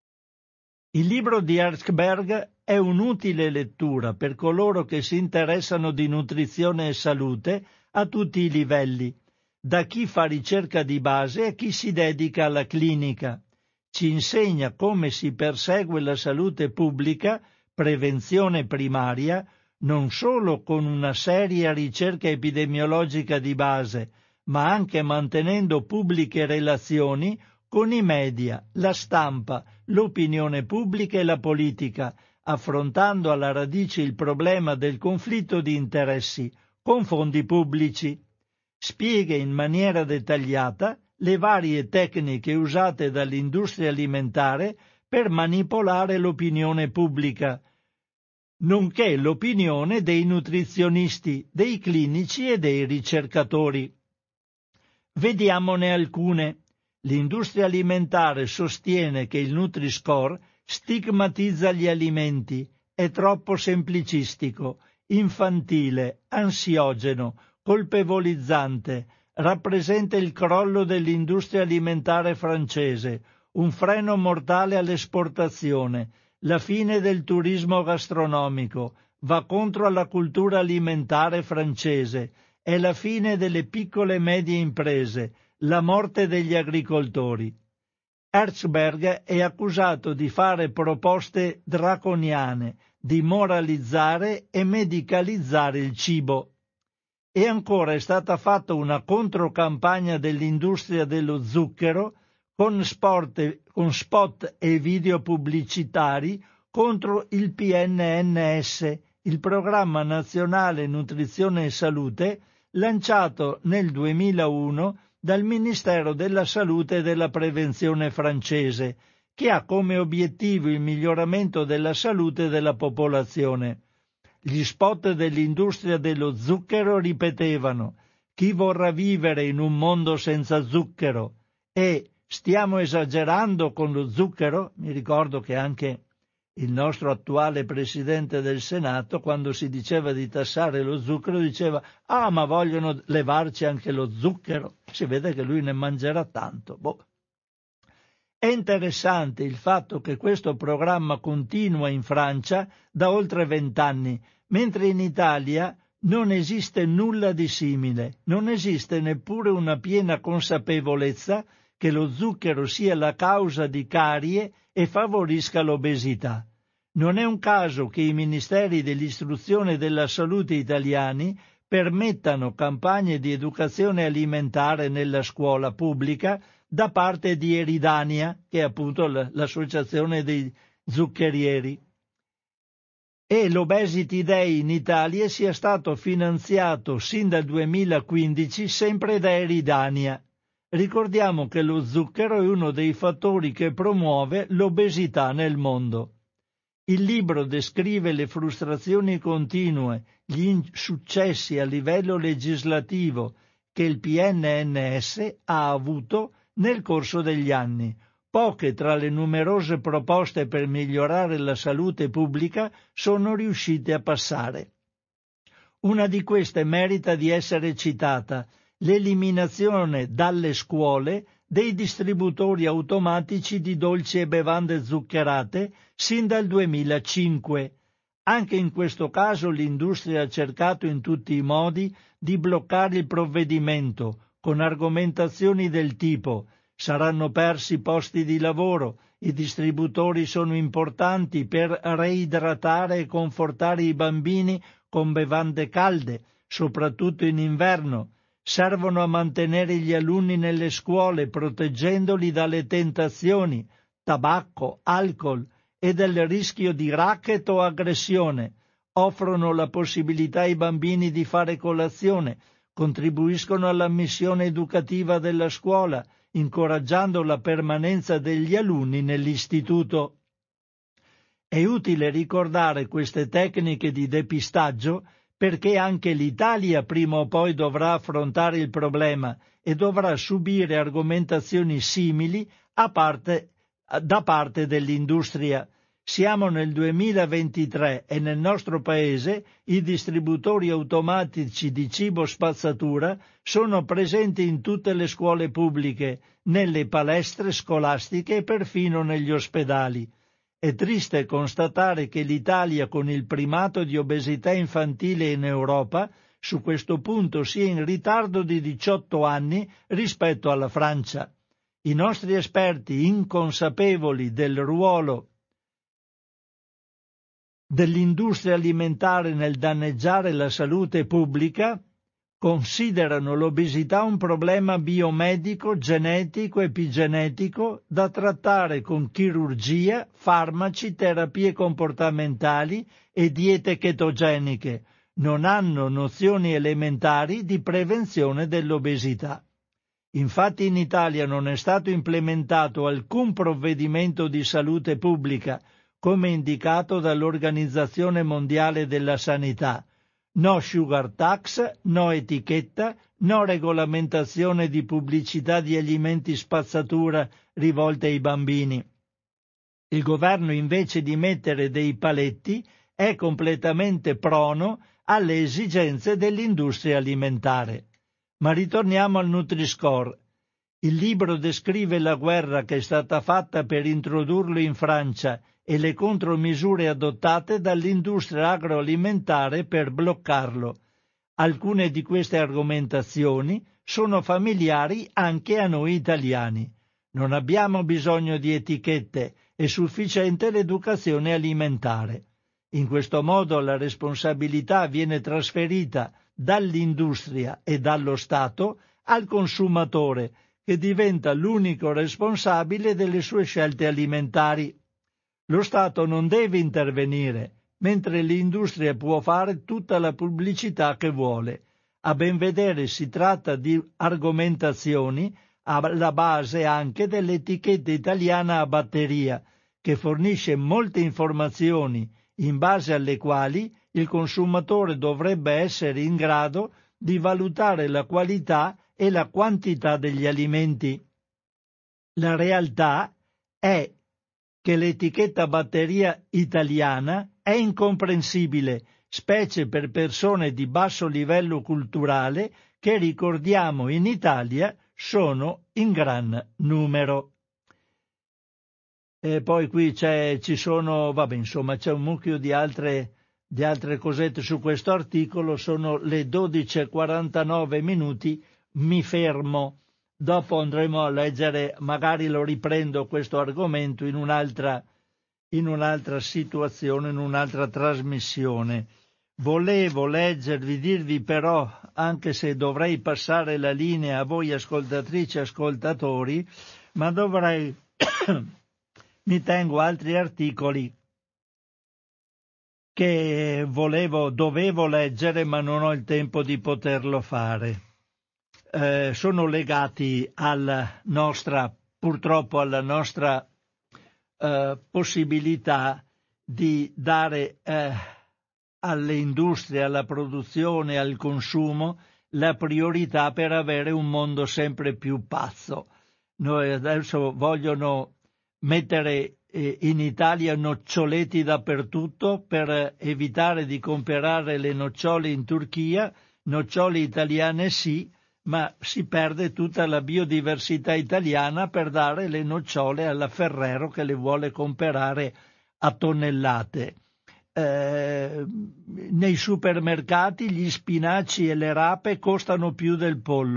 [SPEAKER 1] Il libro di Herzberg è un'utile lettura per coloro che si interessano di nutrizione e salute a tutti i livelli, da chi fa ricerca di base a chi si dedica alla clinica. Ci insegna come si persegue la salute pubblica, prevenzione primaria, non solo con una seria ricerca epidemiologica di base, ma anche mantenendo pubbliche relazioni con i media, la stampa, l'opinione pubblica e la politica, affrontando alla radice il problema del conflitto di interessi con fondi pubblici. Spiega in maniera dettagliata le varie tecniche usate dall'industria alimentare per manipolare l'opinione pubblica, nonché l'opinione dei nutrizionisti, dei clinici e dei ricercatori. Vediamone alcune. L'industria alimentare sostiene che il Nutri-Score stigmatizza gli alimenti, è troppo semplicistico, infantile, ansiogeno, colpevolizzante, rappresenta il crollo dell'industria alimentare francese, un freno mortale all'esportazione, la fine del turismo gastronomico, va contro la cultura alimentare francese, è la fine delle piccole e medie imprese, la morte degli agricoltori. Herzberg è accusato di fare proposte draconiane, di moralizzare e medicalizzare il cibo. E ancora è stata fatta una controcampagna dell'industria dello zucchero con, sport, con spot e video pubblicitari contro il P N N S, il Programma Nazionale Nutrizione e Salute, lanciato nel duemilauno dal Ministero della Salute e della Prevenzione francese, che ha come obiettivo il miglioramento della salute della popolazione. Gli spot dell'industria dello zucchero ripetevano «Chi vorrà vivere in un mondo senza zucchero?» e «Stiamo esagerando con lo zucchero?» Mi ricordo che anche il nostro attuale Presidente del Senato, quando si diceva di tassare lo zucchero, diceva «Ah, ma vogliono levarci anche lo zucchero?» Si vede che lui ne mangerà tanto. Boh. È interessante il fatto che questo programma continua in Francia da oltre vent'anni, mentre in Italia non esiste nulla di simile, non esiste neppure una piena consapevolezza che lo zucchero sia la causa di carie e favorisca l'obesità. Non è un caso che i ministeri dell'istruzione e della salute italiani permettano campagne di educazione alimentare nella scuola pubblica da parte di Eridania, che è appunto l'associazione dei zuccherieri. E l'Obesity Day in Italia sia stato finanziato sin dal duemilaquindici sempre da Eridania. Ricordiamo che lo zucchero è uno dei fattori che promuove l'obesità nel mondo. Il libro descrive le frustrazioni continue, gli insuccessi a livello legislativo che il P N N S ha avuto nel corso degli anni. Poche tra le numerose proposte per migliorare la salute pubblica sono riuscite a passare. Una di queste merita di essere citata: l'eliminazione dalle scuole dei distributori automatici di dolci e bevande zuccherate sin dal duemilacinque. Anche in questo caso l'industria ha cercato in tutti i modi di bloccare il provvedimento, con argomentazioni del tipo saranno persi posti di lavoro, i distributori sono importanti per reidratare e confortare i bambini con bevande calde, soprattutto in inverno, servono a mantenere gli alunni nelle scuole proteggendoli dalle tentazioni, tabacco, alcol e del rischio di racket o aggressione, offrono la possibilità ai bambini di fare colazione, contribuiscono alla missione educativa della scuola, incoraggiando la permanenza degli alunni nell'istituto. È utile ricordare queste tecniche di depistaggio perché anche l'Italia prima o poi dovrà affrontare il problema e dovrà subire argomentazioni simili a parte, da parte dell'industria. Siamo nel duemilaventitré e nel nostro paese i distributori automatici di cibo spazzatura sono presenti in tutte le scuole pubbliche, nelle palestre scolastiche e perfino negli ospedali. È triste constatare che l'Italia, con il primato di obesità infantile in Europa, su questo punto sia in ritardo di diciotto anni rispetto alla Francia. I nostri esperti, inconsapevoli del ruolo dell'industria alimentare nel danneggiare la salute pubblica, considerano l'obesità un problema biomedico, genetico, epigenetico da trattare con chirurgia, farmaci, terapie comportamentali e diete chetogeniche. Non hanno nozioni elementari di prevenzione dell'obesità. Infatti in Italia non è stato implementato alcun provvedimento di salute pubblica come indicato dall'Organizzazione Mondiale della Sanità. No sugar tax, no etichetta, no regolamentazione di pubblicità di alimenti spazzatura rivolte ai bambini. Il governo, invece di mettere dei paletti, è completamente prono alle esigenze dell'industria alimentare. Ma ritorniamo al Nutri-Score. Il libro descrive la guerra che è stata fatta per introdurlo in Francia e le contromisure adottate dall'industria agroalimentare per bloccarlo. Alcune di queste argomentazioni sono familiari anche a noi italiani. Non abbiamo bisogno di etichette, è sufficiente l'educazione alimentare. In questo modo la responsabilità viene trasferita dall'industria e dallo Stato al consumatore, che diventa l'unico responsabile delle sue scelte alimentari. Lo Stato non deve intervenire, mentre l'industria può fare tutta la pubblicità che vuole. A ben vedere si tratta di argomentazioni alla base anche dell'etichetta italiana a batteria, che fornisce molte informazioni in base alle quali il consumatore dovrebbe essere in grado di valutare la qualità e la quantità degli alimenti. La realtà è che l'etichetta batteria italiana è incomprensibile, specie per persone di basso livello culturale che, ricordiamo, in Italia sono in gran numero. E poi qui c'è, ci sono, vabbè, insomma, c'è un mucchio di altre, di altre cosette su questo articolo. Sono le dodici e quarantanove minuti, mi fermo. Dopo andremo a leggere, magari lo riprendo questo argomento in un'altra, in un'altra situazione, in un'altra trasmissione. Volevo leggervi, dirvi però, anche se dovrei passare la linea a voi ascoltatrici e ascoltatori, ma dovrei, mi tengo altri articoli che volevo, dovevo leggere, ma non ho il tempo di poterlo fare. Eh, sono legati alla nostra, purtroppo alla nostra eh, possibilità di dare eh, alle industrie, alla produzione, al consumo la priorità per avere un mondo sempre più pazzo. Noi adesso vogliono mettere eh, in Italia noccioleti dappertutto per evitare di comprare le nocciole in Turchia, nocciole italiane sì, ma si perde tutta la biodiversità italiana per dare le nocciole alla Ferrero che le vuole comprare a tonnellate. Eh, nei supermercati gli spinaci e le rape costano più del pollo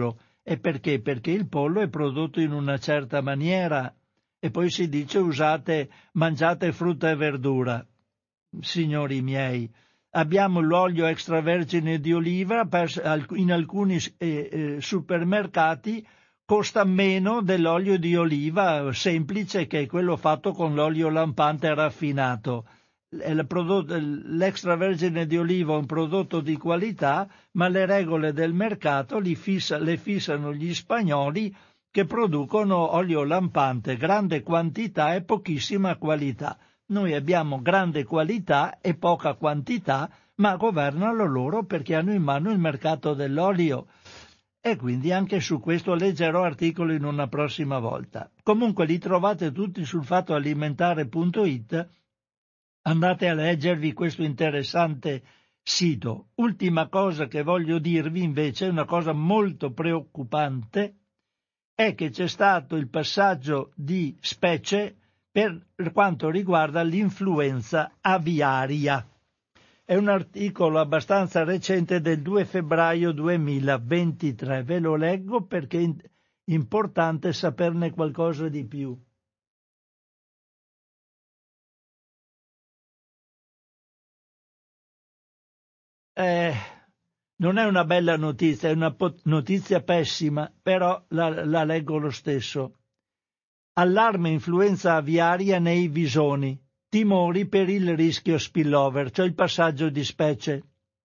[SPEAKER 1] E perché? Perché il pollo è prodotto in una certa maniera e poi si dice usate, mangiate frutta e verdura. Signori miei, abbiamo l'olio extravergine di oliva in alcuni eh, eh, supermercati costa meno dell'olio di oliva semplice, che è quello fatto con l'olio lampante raffinato. L'extravergine di oliva è un prodotto di qualità, ma le regole del mercato li fissa, le fissano gli spagnoli, che producono olio lampante, grande quantità e pochissima qualità. Noi abbiamo grande qualità e poca quantità, ma governano loro perché hanno in mano il mercato dell'olio. E quindi anche su questo leggerò articoli in una prossima volta. Comunque li trovate tutti sul fattoalimentare punto it. Andate a leggervi questo interessante sito. Ultima cosa che voglio dirvi invece, una cosa molto preoccupante, è che c'è stato il passaggio di specie per quanto riguarda l'influenza aviaria. È un articolo abbastanza recente del due febbraio duemilaventitré. Ve lo leggo perché è importante saperne qualcosa di più. Eh, non è una bella notizia, è una notizia pessima, però la, la leggo lo stesso. Allarme influenza aviaria nei visoni, timori per il rischio spillover, cioè il passaggio di specie.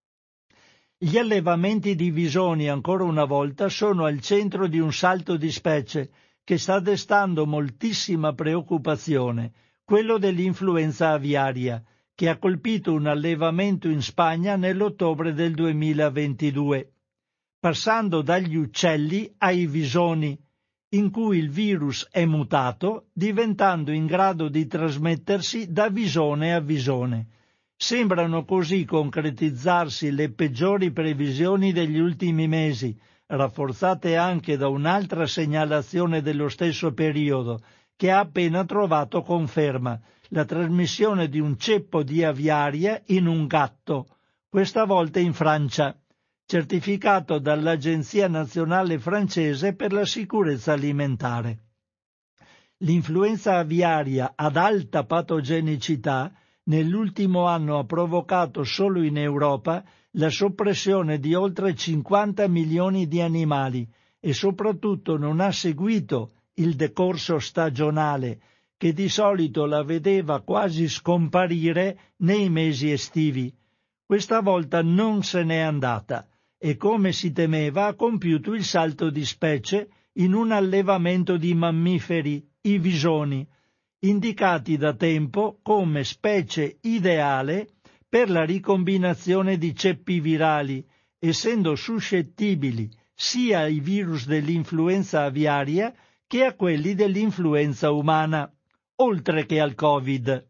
[SPEAKER 1] Gli allevamenti di visoni, ancora una volta, sono al centro di un salto di specie che sta destando moltissima preoccupazione, quello dell'influenza aviaria, che ha colpito un allevamento in Spagna nell'ottobre del duemilaventidue, passando dagli uccelli ai visoni, in cui il virus è mutato, diventando in grado di trasmettersi da visone a visone. Sembrano così concretizzarsi le peggiori previsioni degli ultimi mesi, rafforzate anche da un'altra segnalazione dello stesso periodo, che ha appena trovato conferma: la trasmissione di un ceppo di aviaria in un gatto, questa volta in Francia, certificato dall'Agenzia Nazionale Francese per la Sicurezza Alimentare. L'influenza aviaria ad alta patogenicità nell'ultimo anno ha provocato solo in Europa la soppressione di oltre cinquanta milioni di animali e soprattutto non ha seguito il decorso stagionale, che di solito la vedeva quasi scomparire nei mesi estivi. Questa volta non se n'è andata e, come si temeva, ha compiuto il salto di specie in un allevamento di mammiferi, i visoni, indicati da tempo come specie ideale per la ricombinazione di ceppi virali, essendo suscettibili sia ai virus dell'influenza aviaria che a quelli dell'influenza umana, oltre che al Covid.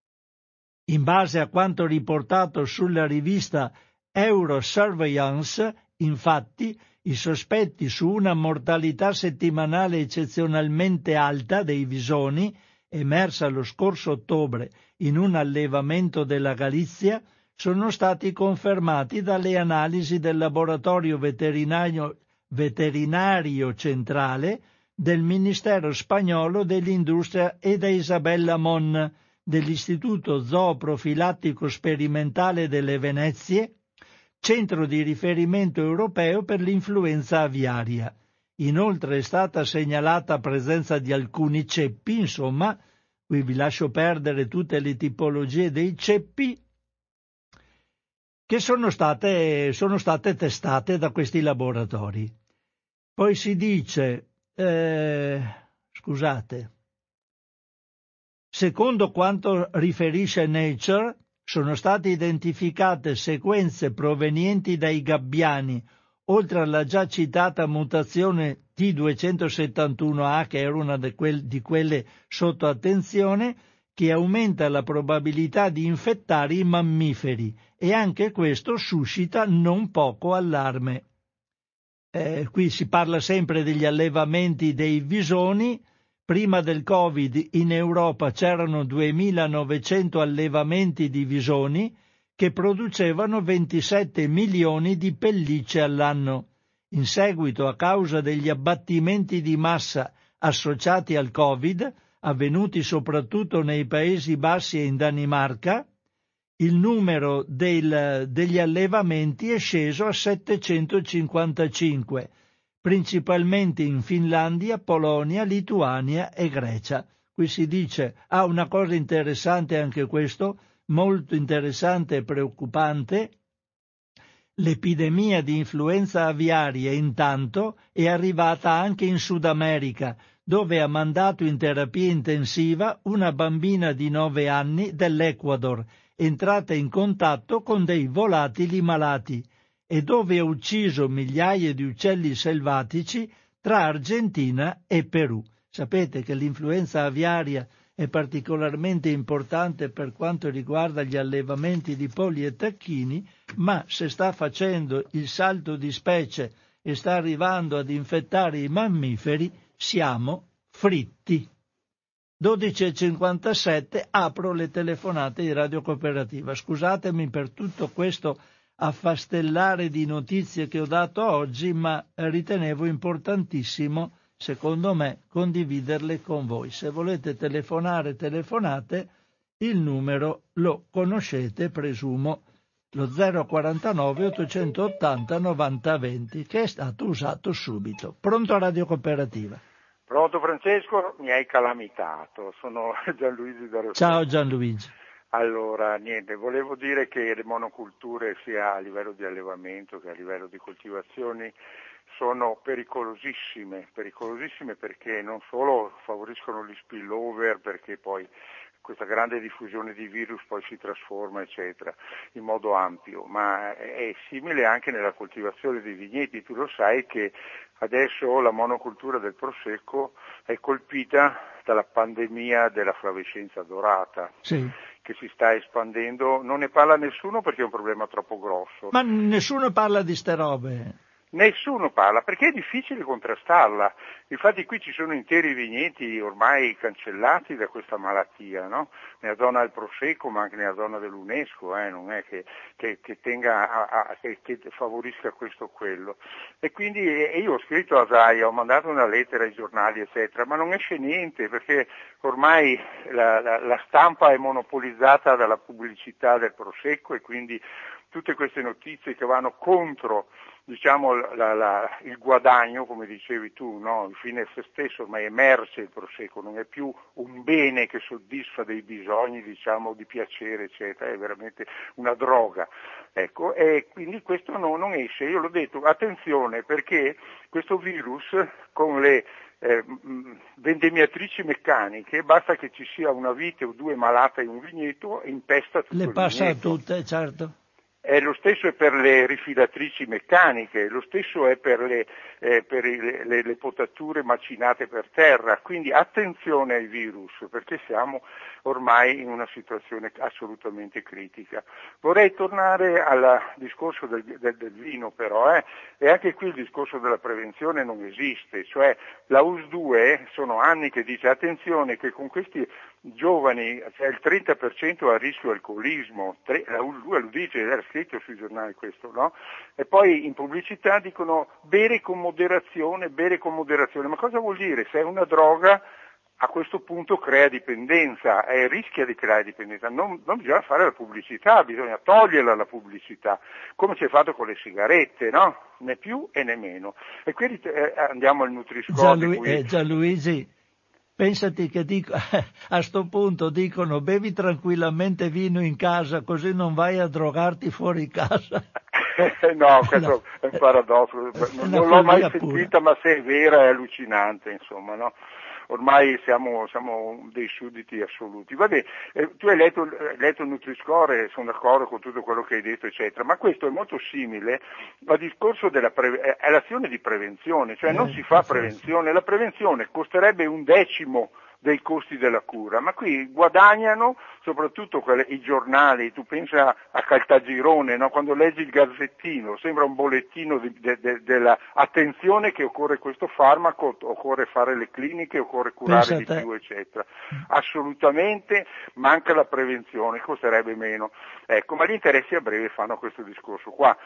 [SPEAKER 1] In base a quanto riportato sulla rivista Eurosurveillance, infatti, i sospetti su una mortalità settimanale eccezionalmente alta dei visoni, emersa lo scorso ottobre in un allevamento della Galizia, sono stati confermati dalle analisi del laboratorio veterinario, veterinario centrale del Ministero spagnolo dell'Industria e da Isabella Mon, dell'Istituto Zooprofilattico Sperimentale delle Venezie, centro di riferimento europeo per l'influenza aviaria. Inoltre è stata segnalata presenza di alcuni ceppi, insomma, qui vi lascio perdere tutte le tipologie dei ceppi, che sono state, sono state testate da questi laboratori. Poi si dice, eh, scusate, secondo quanto riferisce Nature, sono state identificate sequenze provenienti dai gabbiani, oltre alla già citata mutazione T duecentosettantuno A, che era una di quelle, di quelle sotto attenzione, che aumenta la probabilità di infettare i mammiferi, e anche questo suscita non poco allarme. Eh, qui si parla sempre degli allevamenti dei visoni. Prima del Covid in Europa c'erano duemilanovecento allevamenti di visoni che producevano ventisette milioni di pellicce all'anno. in seguito a causa degli abbattimenti di massa associati al Covid, avvenuti soprattutto nei Paesi Bassi e in Danimarca, il numero del, degli allevamenti è sceso a settecentocinquantacinque, principalmente in Finlandia, Polonia, Lituania e Grecia. Qui si dice, ah, una cosa interessante anche questo, molto interessante e preoccupante, l'epidemia di influenza aviaria intanto è arrivata anche in Sud America, dove ha mandato in terapia intensiva una bambina di nove anni dell'Ecuador, entrata in contatto con dei volatili malati, e dove ha ucciso migliaia di uccelli selvatici tra Argentina e Perù. Sapete che l'influenza aviaria è particolarmente importante per quanto riguarda gli allevamenti di polli e tacchini, ma se sta facendo il salto di specie e sta arrivando ad infettare i mammiferi, siamo fritti. dodici e cinquantasette, apro le telefonate di Radio Cooperativa. Scusatemi per tutto questo affastellare di notizie che ho dato oggi, ma ritenevo importantissimo, secondo me, condividerle con voi. Se volete telefonare, telefonate, il numero lo conoscete, presumo, lo zero quarantanove ottocentottanta novanta venti, che è stato usato subito. Pronto a Radio Cooperativa?
[SPEAKER 2] Pronto Francesco, mi hai calamitato, sono Gianluigi da Rossano.
[SPEAKER 1] Ciao Gianluigi.
[SPEAKER 2] Allora, niente, volevo dire che le monoculture sia a livello di allevamento che a livello di coltivazioni sono pericolosissime, pericolosissime perché non solo favoriscono gli spillover, perché poi questa grande diffusione di virus poi si trasforma, eccetera, in modo ampio, ma è simile anche nella coltivazione dei vigneti. Tu lo sai che adesso la monocultura del prosecco è colpita dalla pandemia della flavescenza dorata.
[SPEAKER 1] Sì.
[SPEAKER 2] Che si sta espandendo, non ne parla nessuno perché è un problema troppo grosso.
[SPEAKER 1] Ma nessuno parla di ste robe.
[SPEAKER 2] Nessuno parla, perché è difficile contrastarla. Infatti qui ci sono interi vigneti ormai cancellati da questa malattia, no? Nella zona del Prosecco, ma anche nella zona dell'UNESCO, eh? Non è che, che, che tenga a, a, che, che favorisca questo o quello. E quindi e io ho scritto a Zaia, ho mandato una lettera ai giornali, eccetera, ma non esce niente, perché ormai la, la, la stampa è monopolizzata dalla pubblicità del Prosecco e quindi tutte queste notizie che vanno contro, diciamo, la, la, il guadagno, come dicevi tu, no? Il fine a se stesso, ormai emerge il prosecco, non è più un bene che soddisfa dei bisogni, diciamo, di piacere, eccetera, è veramente una droga. Ecco, e quindi questo no, non esce. Io l'ho detto, attenzione, perché questo virus con le eh, vendemmiatrici meccaniche, basta che ci sia una vite o due malate in un vigneto e impesta tutto
[SPEAKER 1] Le
[SPEAKER 2] il
[SPEAKER 1] passa
[SPEAKER 2] vigneto.
[SPEAKER 1] a tutte, certo.
[SPEAKER 2] Eh, lo stesso è per le rifilatrici meccaniche, lo stesso è per le, eh, per le, le, le potature macinate per terra, quindi attenzione ai virus perché siamo ormai in una situazione assolutamente critica. Vorrei tornare al discorso del, del, del vino però, eh, e anche qui il discorso della prevenzione non esiste, cioè la U S due sono anni che dice attenzione che con questi giovani c'è il trenta per cento a rischio alcolismo, la U S due lo dice, era scritto sui giornali questo, no? E poi in pubblicità dicono bere con moderazione, bere con moderazione, ma cosa vuol dire? Se è una droga a questo punto crea dipendenza, e rischia di creare dipendenza, non, non bisogna fare la pubblicità, bisogna toglierla la pubblicità, come si è fatto con le sigarette, no? Né più e né meno. E quindi eh, andiamo al Nutri-Score.
[SPEAKER 1] Gianlu-
[SPEAKER 2] cui...
[SPEAKER 1] eh, Gianluigi, pensati che dico, a sto punto dicono bevi tranquillamente vino in casa così non vai a drogarti fuori casa.
[SPEAKER 2] No, questo è un paradosso, non, non l'ho mai sentita, ma se è vera è allucinante, insomma, no? Ormai siamo, siamo dei sudditi assoluti. Vabbè, eh, tu hai letto, hai letto il Nutri-Score e sono d'accordo con tutto quello che hai detto, eccetera, ma questo è molto simile al discorso della pre- all'azione di prevenzione, cioè non si fa prevenzione, la prevenzione costerebbe un decimo dei costi della cura, ma qui guadagnano soprattutto quelle, i giornali, tu pensa a Caltagirone, no? Quando leggi il Gazzettino, sembra un bollettino di, de, de, della attenzione che occorre questo farmaco, occorre fare le cliniche, occorre curare di più, eccetera. Assolutamente manca la prevenzione, costerebbe meno. Ecco, ma gli interessi a breve fanno questo discorso qua.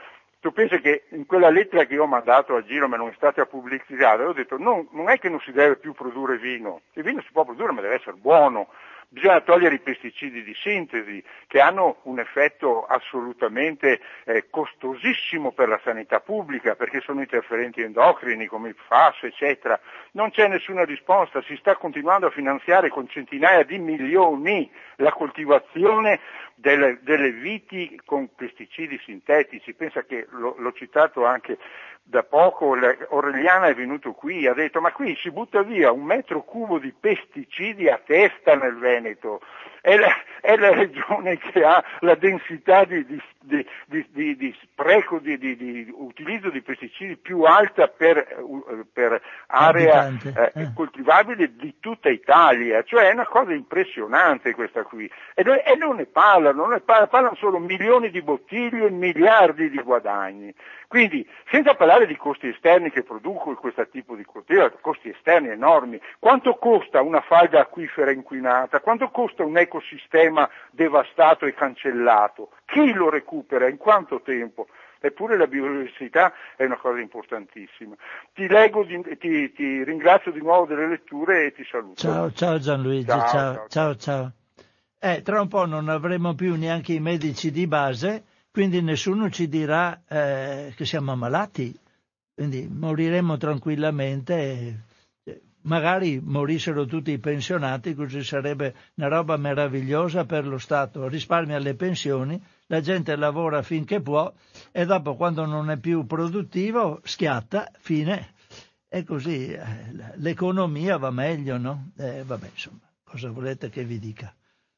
[SPEAKER 2] Tu pensi che in quella lettera che io ho mandato a giro, ma non è stata pubblicizzata, ho detto no, non è che non si deve più produrre vino, il vino si può produrre ma deve essere buono. Bisogna togliere i pesticidi di sintesi che hanno un effetto assolutamente eh, costosissimo per la sanità pubblica perché sono interferenti endocrini come il F A S eccetera. Non c'è nessuna risposta, si sta continuando a finanziare con centinaia di milioni la coltivazione delle, delle viti con pesticidi sintetici. Pensa che lo, l'ho citato anche da poco, Orellana è venuto qui, ha detto ma qui si butta via un metro cubo di pesticidi a testa nel Veneto, è la, è la regione che ha la densità di, di, di, di, di, di spreco, di, di, di utilizzo di pesticidi più alta per, per area eh, eh. coltivabile di tutta Italia, cioè è una cosa impressionante questa qui, e, noi, e non ne parlano, non ne parlano, parlano solo milioni di bottiglie e miliardi di guadagni. Quindi, senza parlare di costi esterni che producono questo tipo di coltivazione, costi esterni enormi, quanto costa una falda acquifera inquinata, quanto costa un ecosistema devastato e cancellato, chi lo recupera, in quanto tempo? Eppure la biodiversità è una cosa importantissima. Ti leggo, di, ti, ti ringrazio di nuovo delle letture e ti saluto.
[SPEAKER 1] Ciao, ciao Gianluigi, ciao,
[SPEAKER 2] ciao,
[SPEAKER 1] ciao, ciao. ciao. Eh, tra un po' non avremo più neanche i medici di base, quindi nessuno ci dirà eh, che siamo ammalati, quindi moriremo tranquillamente, eh, magari morissero tutti i pensionati, così sarebbe una roba meravigliosa per lo Stato, risparmia le pensioni, la gente lavora finché può e dopo quando non è più produttivo schiatta, fine, e così eh, l'economia va meglio, no? Eh, vabbè, insomma, cosa volete che vi dica?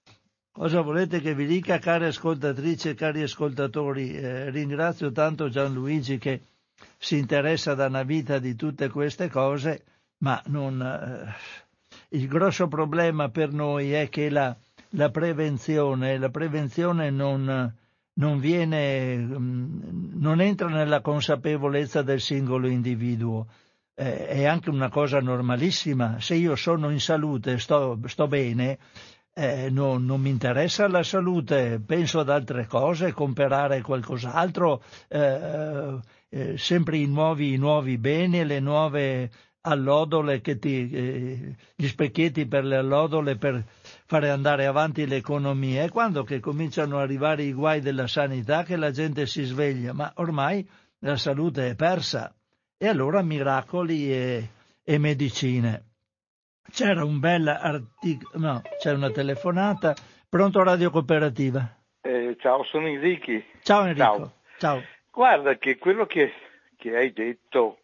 [SPEAKER 1] Cosa volete che vi dica, cari ascoltatrici e cari ascoltatori? Eh, ringrazio tanto Gianluigi che si interessa da una vita di tutte queste cose, ma non, eh, il grosso problema per noi è che la, la prevenzione, la prevenzione non, non viene, non entra nella consapevolezza del singolo individuo. Eh, è anche una cosa normalissima. Se io sono in salute, sto, sto bene, Eh, no, non mi interessa la salute, penso ad altre cose, comprare qualcos'altro, eh, eh, sempre i nuovi, i nuovi beni, le nuove allodole, che ti, eh, gli specchietti per le allodole per fare andare avanti l'economia. E quando che cominciano ad arrivare i guai della sanità che la gente si sveglia, ma ormai la salute è persa. E allora miracoli e, e medicine. C'era un bel articolo, no, c'è una telefonata. Pronto, Radio Cooperativa?
[SPEAKER 3] Eh, ciao, sono Enrico.
[SPEAKER 1] Ciao Enrico. Ciao. Ciao.
[SPEAKER 3] Guarda che quello che, che hai detto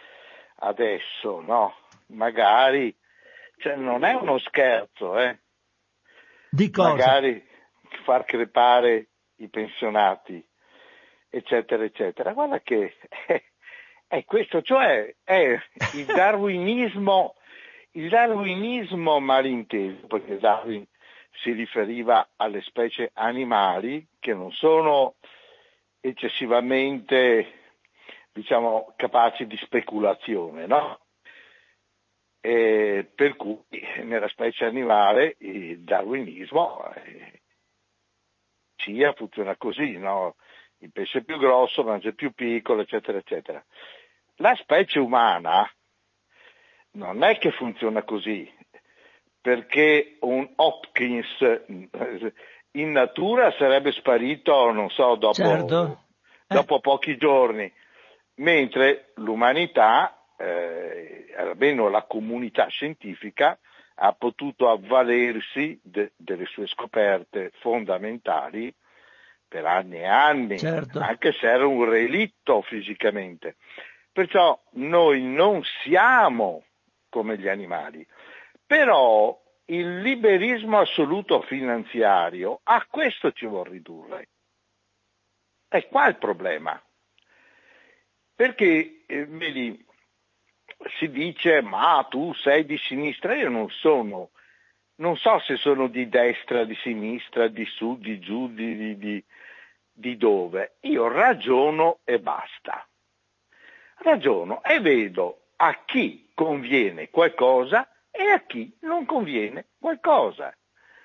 [SPEAKER 3] adesso, no, magari, cioè non è uno scherzo, eh.
[SPEAKER 1] Di cosa?
[SPEAKER 3] Magari far crepare i pensionati, eccetera, eccetera. Guarda che è, è questo, cioè è il darwinismo. Il darwinismo malinteso, perché Darwin si riferiva alle specie animali che non sono eccessivamente, diciamo, capaci di speculazione, no? E per cui nella specie animale il darwinismo eh, sia funziona così, no? Il pesce più grosso mangia più piccolo, eccetera, eccetera. La specie umana non è che funziona così, perché un Hopkins in natura sarebbe sparito, non so, dopo,
[SPEAKER 1] certo. eh.
[SPEAKER 3] dopo pochi giorni, mentre l'umanità, eh, almeno la comunità scientifica, ha potuto avvalersi de, delle sue scoperte fondamentali per anni e anni,
[SPEAKER 1] certo.
[SPEAKER 3] Anche se era un relitto fisicamente. Perciò noi non siamo come gli animali, però il liberismo assoluto finanziario a questo ci vuol ridurre. È qua il problema, perché eh, vedi, si dice ma tu sei di sinistra, io non sono, non so se sono di destra, di sinistra, di su, di giù, di, di, di, di dove, io ragiono e basta, ragiono e vedo a chi conviene qualcosa e a chi non conviene qualcosa.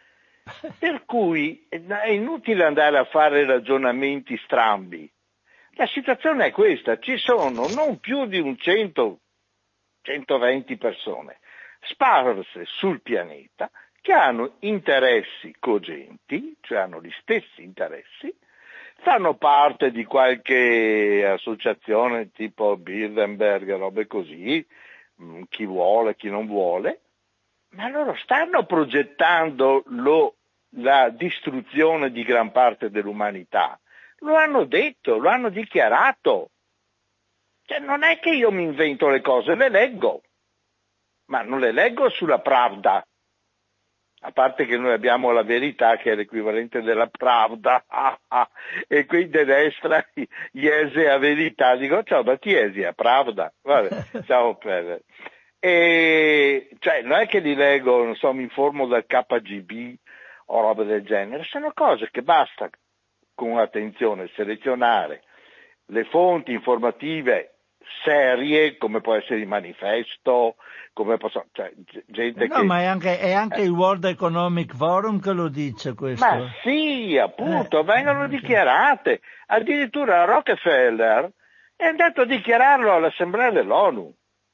[SPEAKER 3] Per cui è inutile andare a fare ragionamenti strambi, La situazione è questa, ci sono non più di un cento centoventi persone sparse sul pianeta che hanno interessi cogenti, cioè hanno gli stessi interessi, fanno parte di qualche associazione tipo Bilderberg, robe così, chi vuole, chi non vuole, ma loro stanno progettando lo, la distruzione di gran parte dell'umanità. Lo hanno detto, lo hanno dichiarato. Cioè, non è che io mi invento le cose, le leggo, ma non le leggo sulla Pravda. A parte che noi abbiamo la Verità, che è l'equivalente della Pravda, ah, ah, e qui di destra Iesi a Verità, dico ciao, ma ti Iesi a Pravda, vabbè, ciao per... E cioè non è che li leggo, non so, mi informo dal K G B o robe del genere, sono cose che basta con attenzione selezionare le fonti informative serie, come può essere il Manifesto, come posso, cioè, gente
[SPEAKER 1] no,
[SPEAKER 3] che...
[SPEAKER 1] ma è anche, è anche
[SPEAKER 3] eh.
[SPEAKER 1] il World Economic Forum che lo dice questo.
[SPEAKER 3] Ma sì, appunto,
[SPEAKER 1] eh,
[SPEAKER 3] vengono
[SPEAKER 1] okay.
[SPEAKER 3] dichiarate. Addirittura Rockefeller è andato a dichiararlo all'Assemblea dell'ONU.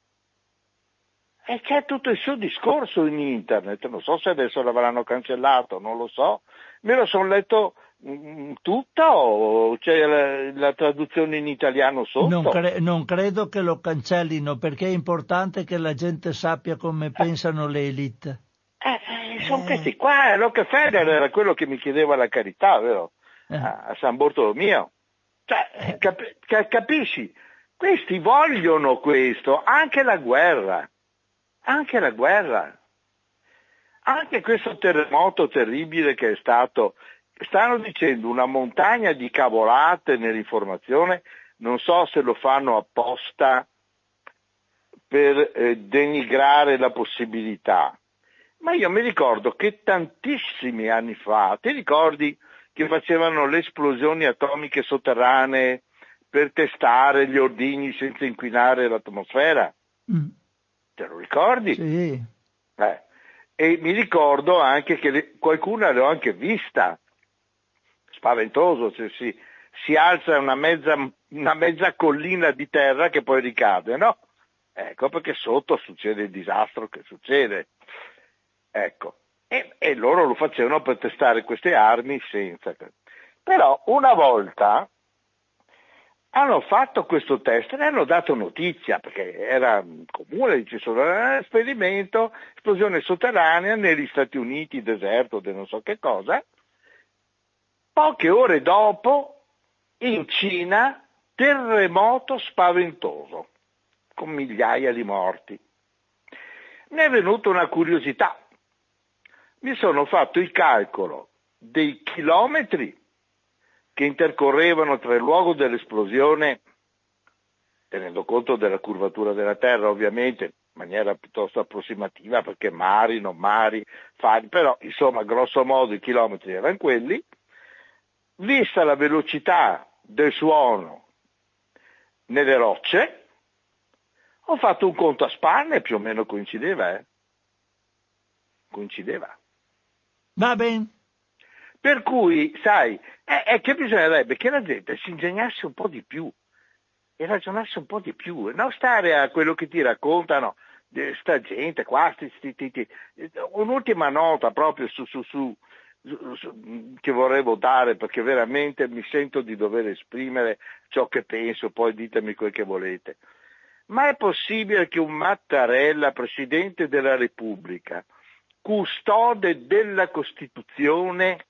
[SPEAKER 3] E c'è tutto il suo discorso in internet, non so se adesso l'avranno cancellato, non lo so, me lo sono letto mh, tutto o c'è la, la traduzione in italiano sotto?
[SPEAKER 1] Non, cre- non credo che lo cancellino, perché è importante che la gente sappia come
[SPEAKER 3] eh.
[SPEAKER 1] pensano le elite.
[SPEAKER 3] Eh, eh, sono
[SPEAKER 1] eh.
[SPEAKER 3] questi qua, Rockefeller era quello che mi chiedeva la carità, vero?
[SPEAKER 1] Eh.
[SPEAKER 3] A, a San Bartolomeo. Cioè, cap- capisci? Questi vogliono questo, anche la guerra. Anche la guerra, anche questo terremoto terribile che è stato, stanno dicendo una montagna di cavolate nell'informazione, non so se lo fanno apposta per eh, denigrare la possibilità, ma io mi ricordo che tantissimi anni fa, ti ricordi che facevano le esplosioni atomiche sotterranee per testare gli ordigni senza inquinare l'atmosfera? Mm. Te lo ricordi?
[SPEAKER 1] Sì.
[SPEAKER 3] Eh. E mi ricordo anche che le, qualcuna l'ho anche vista, spaventoso, se si, si alza una mezza, una mezza collina di terra che poi ricade, no? Ecco perché sotto succede il disastro che succede. Ecco. E, e loro lo facevano per testare queste armi senza. Però una volta hanno fatto questo test e ne hanno dato notizia, perché era comune, ci sono un esperimento, esplosione sotterranea negli Stati Uniti, deserto, di non so che cosa. Poche ore dopo, in Cina, terremoto spaventoso, con migliaia di morti. Mi è venuta una curiosità. Mi sono fatto il calcolo dei chilometri che intercorrevano tra il luogo dell'esplosione, tenendo conto della curvatura della Terra ovviamente, in maniera piuttosto approssimativa, perché mari, non mari, fari, però insomma grosso modo i chilometri erano quelli, vista la velocità del suono nelle rocce, ho fatto un conto a spanne, più o meno coincideva, eh? Coincideva.
[SPEAKER 1] Va bene.
[SPEAKER 3] Per cui, sai, è, è che bisognerebbe che la gente si ingegnasse un po' di più e ragionasse un po' di più, e non stare a quello che ti raccontano eh, sta gente qua, sti, sti, sti, sti. Un'ultima nota proprio su, su, su, su, su, che vorrei dare, perché veramente mi sento di dover esprimere ciò che penso, poi ditemi quel che volete. Ma è possibile che un Mattarella, Presidente della Repubblica, custode della Costituzione,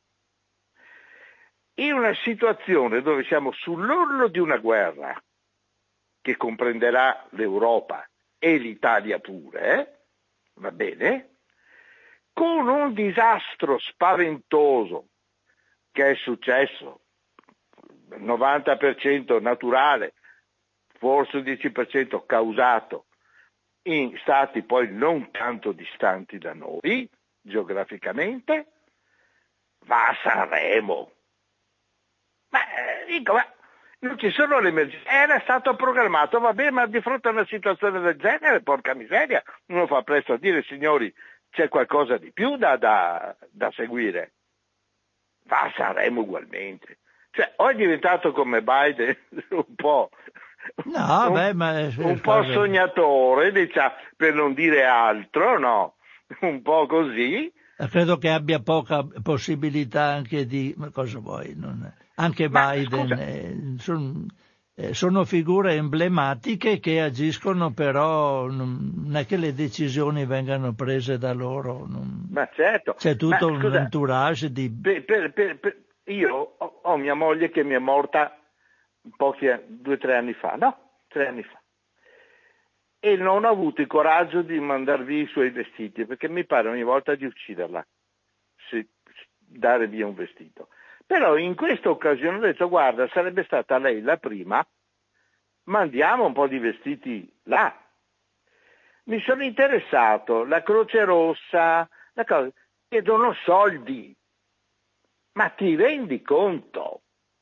[SPEAKER 3] in una situazione dove siamo sull'orlo di una guerra che comprenderà l'Europa e l'Italia pure, eh? Va bene? Con un disastro spaventoso che è successo, novanta per cento naturale, forse il dieci per cento causato in stati poi non tanto distanti da noi, geograficamente, va a Sanremo. Ma eh, dico, ma non ci sono le emergenze, era stato programmato, vabbè, ma di fronte a una situazione del genere, porca miseria, uno fa presto a dire, signori, c'è qualcosa di più da, da, da seguire. Va a Sanremo ugualmente, Cioè, o è diventato come Biden un po',
[SPEAKER 1] no,
[SPEAKER 3] un,
[SPEAKER 1] beh, ma,
[SPEAKER 3] un po' sognatore, diciamo, per non dire altro, no? Un po' così.
[SPEAKER 1] Credo che abbia poca possibilità anche di, ma cosa vuoi, non, anche
[SPEAKER 3] Ma,
[SPEAKER 1] Biden,
[SPEAKER 3] scusa,
[SPEAKER 1] eh, son, eh, sono figure emblematiche che agiscono, però non, non è che le decisioni vengano prese da loro, non,
[SPEAKER 3] ma certo,
[SPEAKER 1] c'è tutto
[SPEAKER 3] ma
[SPEAKER 1] un
[SPEAKER 3] scusa,
[SPEAKER 1] entourage di...
[SPEAKER 3] per, per, per, per, io ho, ho mia moglie che mi è morta pochi, due o tre anni fa, no, tre anni fa. E non ho avuto il coraggio di mandar via i suoi vestiti, perché mi pare ogni volta di ucciderla, se, dare via un vestito. Però in questa occasione ho detto, guarda, sarebbe stata lei la prima, mandiamo un po' di vestiti là. Mi sono interessato, la Croce Rossa, la cosa, chiedono soldi. Ma ti rendi conto?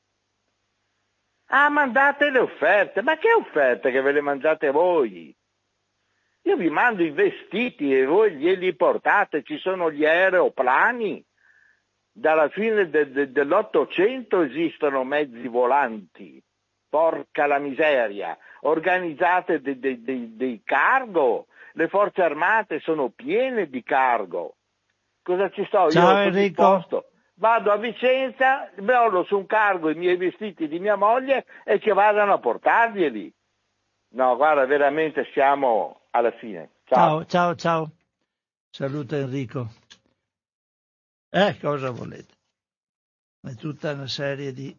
[SPEAKER 3] Ah, mandate le offerte. Ma che offerte che ve le mangiate voi? Io vi mando i vestiti e voi glieli portate, ci sono gli aeroplani. Dalla fine de, de, dell'Ottocento esistono mezzi volanti. Porca la miseria. Organizzate dei, dei, dei, dei cargo. Le forze armate sono piene di cargo. Cosa ci sto?
[SPEAKER 1] Ciao,
[SPEAKER 3] Io sono
[SPEAKER 1] Enrico.
[SPEAKER 3] disposto. Vado a Vicenza, brollo su un cargo i miei vestiti di mia moglie e che vadano a portarglieli. No, guarda, veramente siamo alla fine.
[SPEAKER 1] Ciao, ciao, ciao. Saluta Enrico. Eh, cosa volete? È tutta una serie di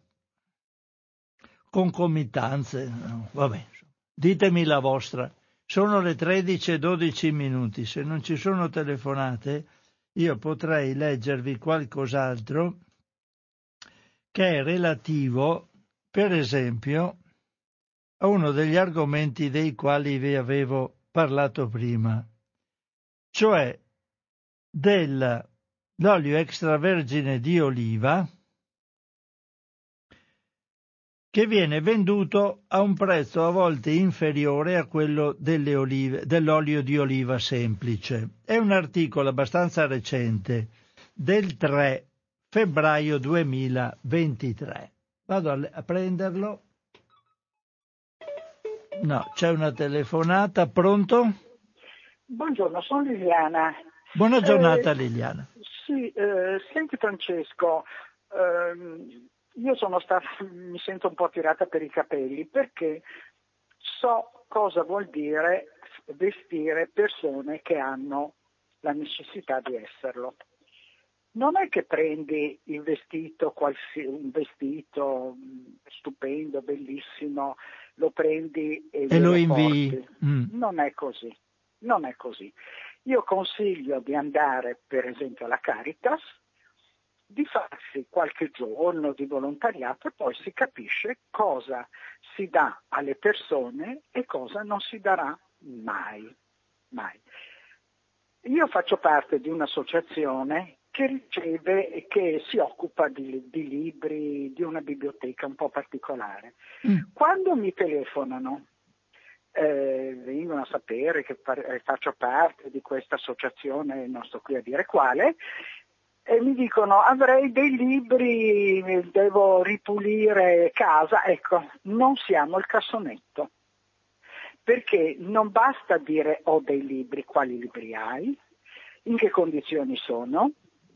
[SPEAKER 1] concomitanze. No, vabbè, ditemi la vostra. Sono le tredici e dodici minuti. Se non ci sono telefonate, io potrei leggervi qualcos'altro che è relativo, per esempio, a uno degli argomenti dei quali vi avevo parlato prima, cioè dell'olio extravergine di oliva che viene venduto a un prezzo a volte inferiore a quello delle olive, dell'olio di oliva semplice. È un articolo abbastanza recente del tre febbraio duemilaventitré. Vado a, a prenderlo. No, c'è una telefonata. Pronto?
[SPEAKER 4] Buongiorno, sono Liliana.
[SPEAKER 1] Buona giornata,
[SPEAKER 4] eh,
[SPEAKER 1] Liliana.
[SPEAKER 4] Sì, eh, senti Francesco, ehm, io sono stata, mi sento un po' tirata per i capelli perché so cosa vuol dire vestire persone che hanno la necessità di esserlo. Non è che prendi il vestito, un vestito stupendo, bellissimo, lo prendi e,
[SPEAKER 1] e lo invii.
[SPEAKER 4] porti.
[SPEAKER 1] Mm.
[SPEAKER 4] Non è così, non è così. Io consiglio di andare per esempio alla Caritas, di farsi qualche giorno di volontariato e poi si capisce cosa si dà alle persone e cosa non si darà mai, mai. Io faccio parte di un'associazione che riceve e che si occupa di, di libri, di una biblioteca un po' particolare. Mm. Quando mi telefonano, eh, vengono a sapere che par- faccio parte di questa associazione, non sto qui a dire quale, e mi dicono avrei dei libri, devo ripulire casa, ecco, non siamo il cassonetto, perché non basta dire ho dei libri, quali libri hai, in che condizioni sono,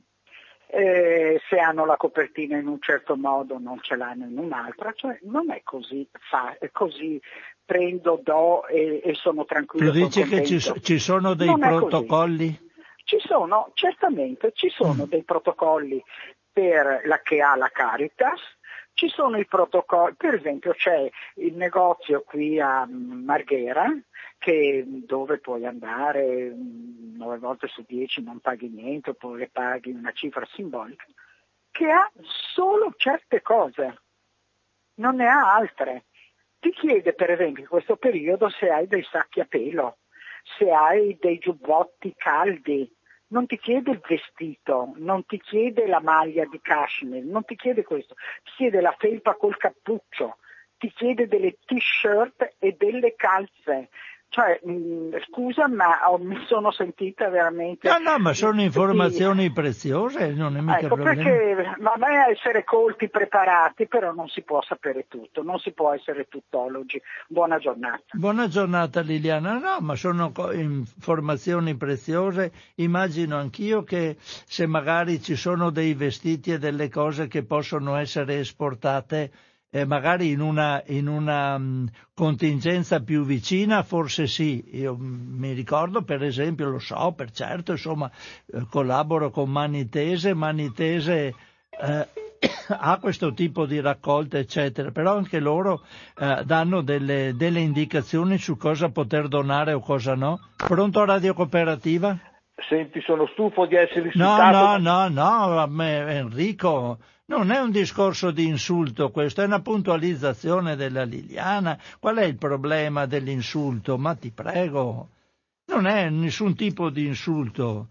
[SPEAKER 4] eh, se hanno la copertina in un certo modo non ce l'hanno in un'altra, cioè non è così, fa- è così prendo, do e, e sono tranquillo.
[SPEAKER 1] Tu dici che ci, ci sono dei
[SPEAKER 4] non
[SPEAKER 1] protocolli?
[SPEAKER 4] Ci sono, certamente, ci sono mm. dei protocolli per la che ha la Caritas, ci sono i protocolli, per esempio c'è il negozio qui a Marghera, che, dove puoi andare nove volte su dieci, non paghi niente, oppure paghi una cifra simbolica, che ha solo certe cose, non ne ha altre. Ti chiede per esempio in questo periodo se hai dei sacchi a pelo, se hai dei giubbotti caldi, non ti chiede il vestito, non ti chiede la maglia di cashmere, non ti chiede questo, ti chiede la felpa col cappuccio, ti chiede delle t-shirt e delle calze, Cioè, mh, scusa, ma ho, mi sono sentita veramente...
[SPEAKER 1] No, no, ma sono informazioni preziose, non è mica
[SPEAKER 4] ecco,
[SPEAKER 1] problema.
[SPEAKER 4] perché va bene essere colti, preparati, però non si può sapere tutto, non si può essere tuttologi. Buona giornata.
[SPEAKER 1] Buona giornata Liliana, no, ma sono co- informazioni preziose, immagino anch'io che se magari ci sono dei vestiti e delle cose che possono essere esportate, eh, magari in una, in una mh, contingenza più vicina, forse sì. Io mh, mi ricordo per esempio, lo so per certo, insomma, eh, collaboro con Manitese, Manitese eh, ha questo tipo di raccolte eccetera, però anche loro eh, danno delle, delle indicazioni su cosa poter donare o cosa no. Pronto Radio Cooperativa?
[SPEAKER 3] Senti, sono stufo di essere
[SPEAKER 1] No,
[SPEAKER 3] insultato.
[SPEAKER 1] no, no, no, a me, Enrico, non è un discorso di insulto questo, è una puntualizzazione della Liliana. Qual è il problema dell'insulto? Ma ti prego, non è nessun tipo di insulto.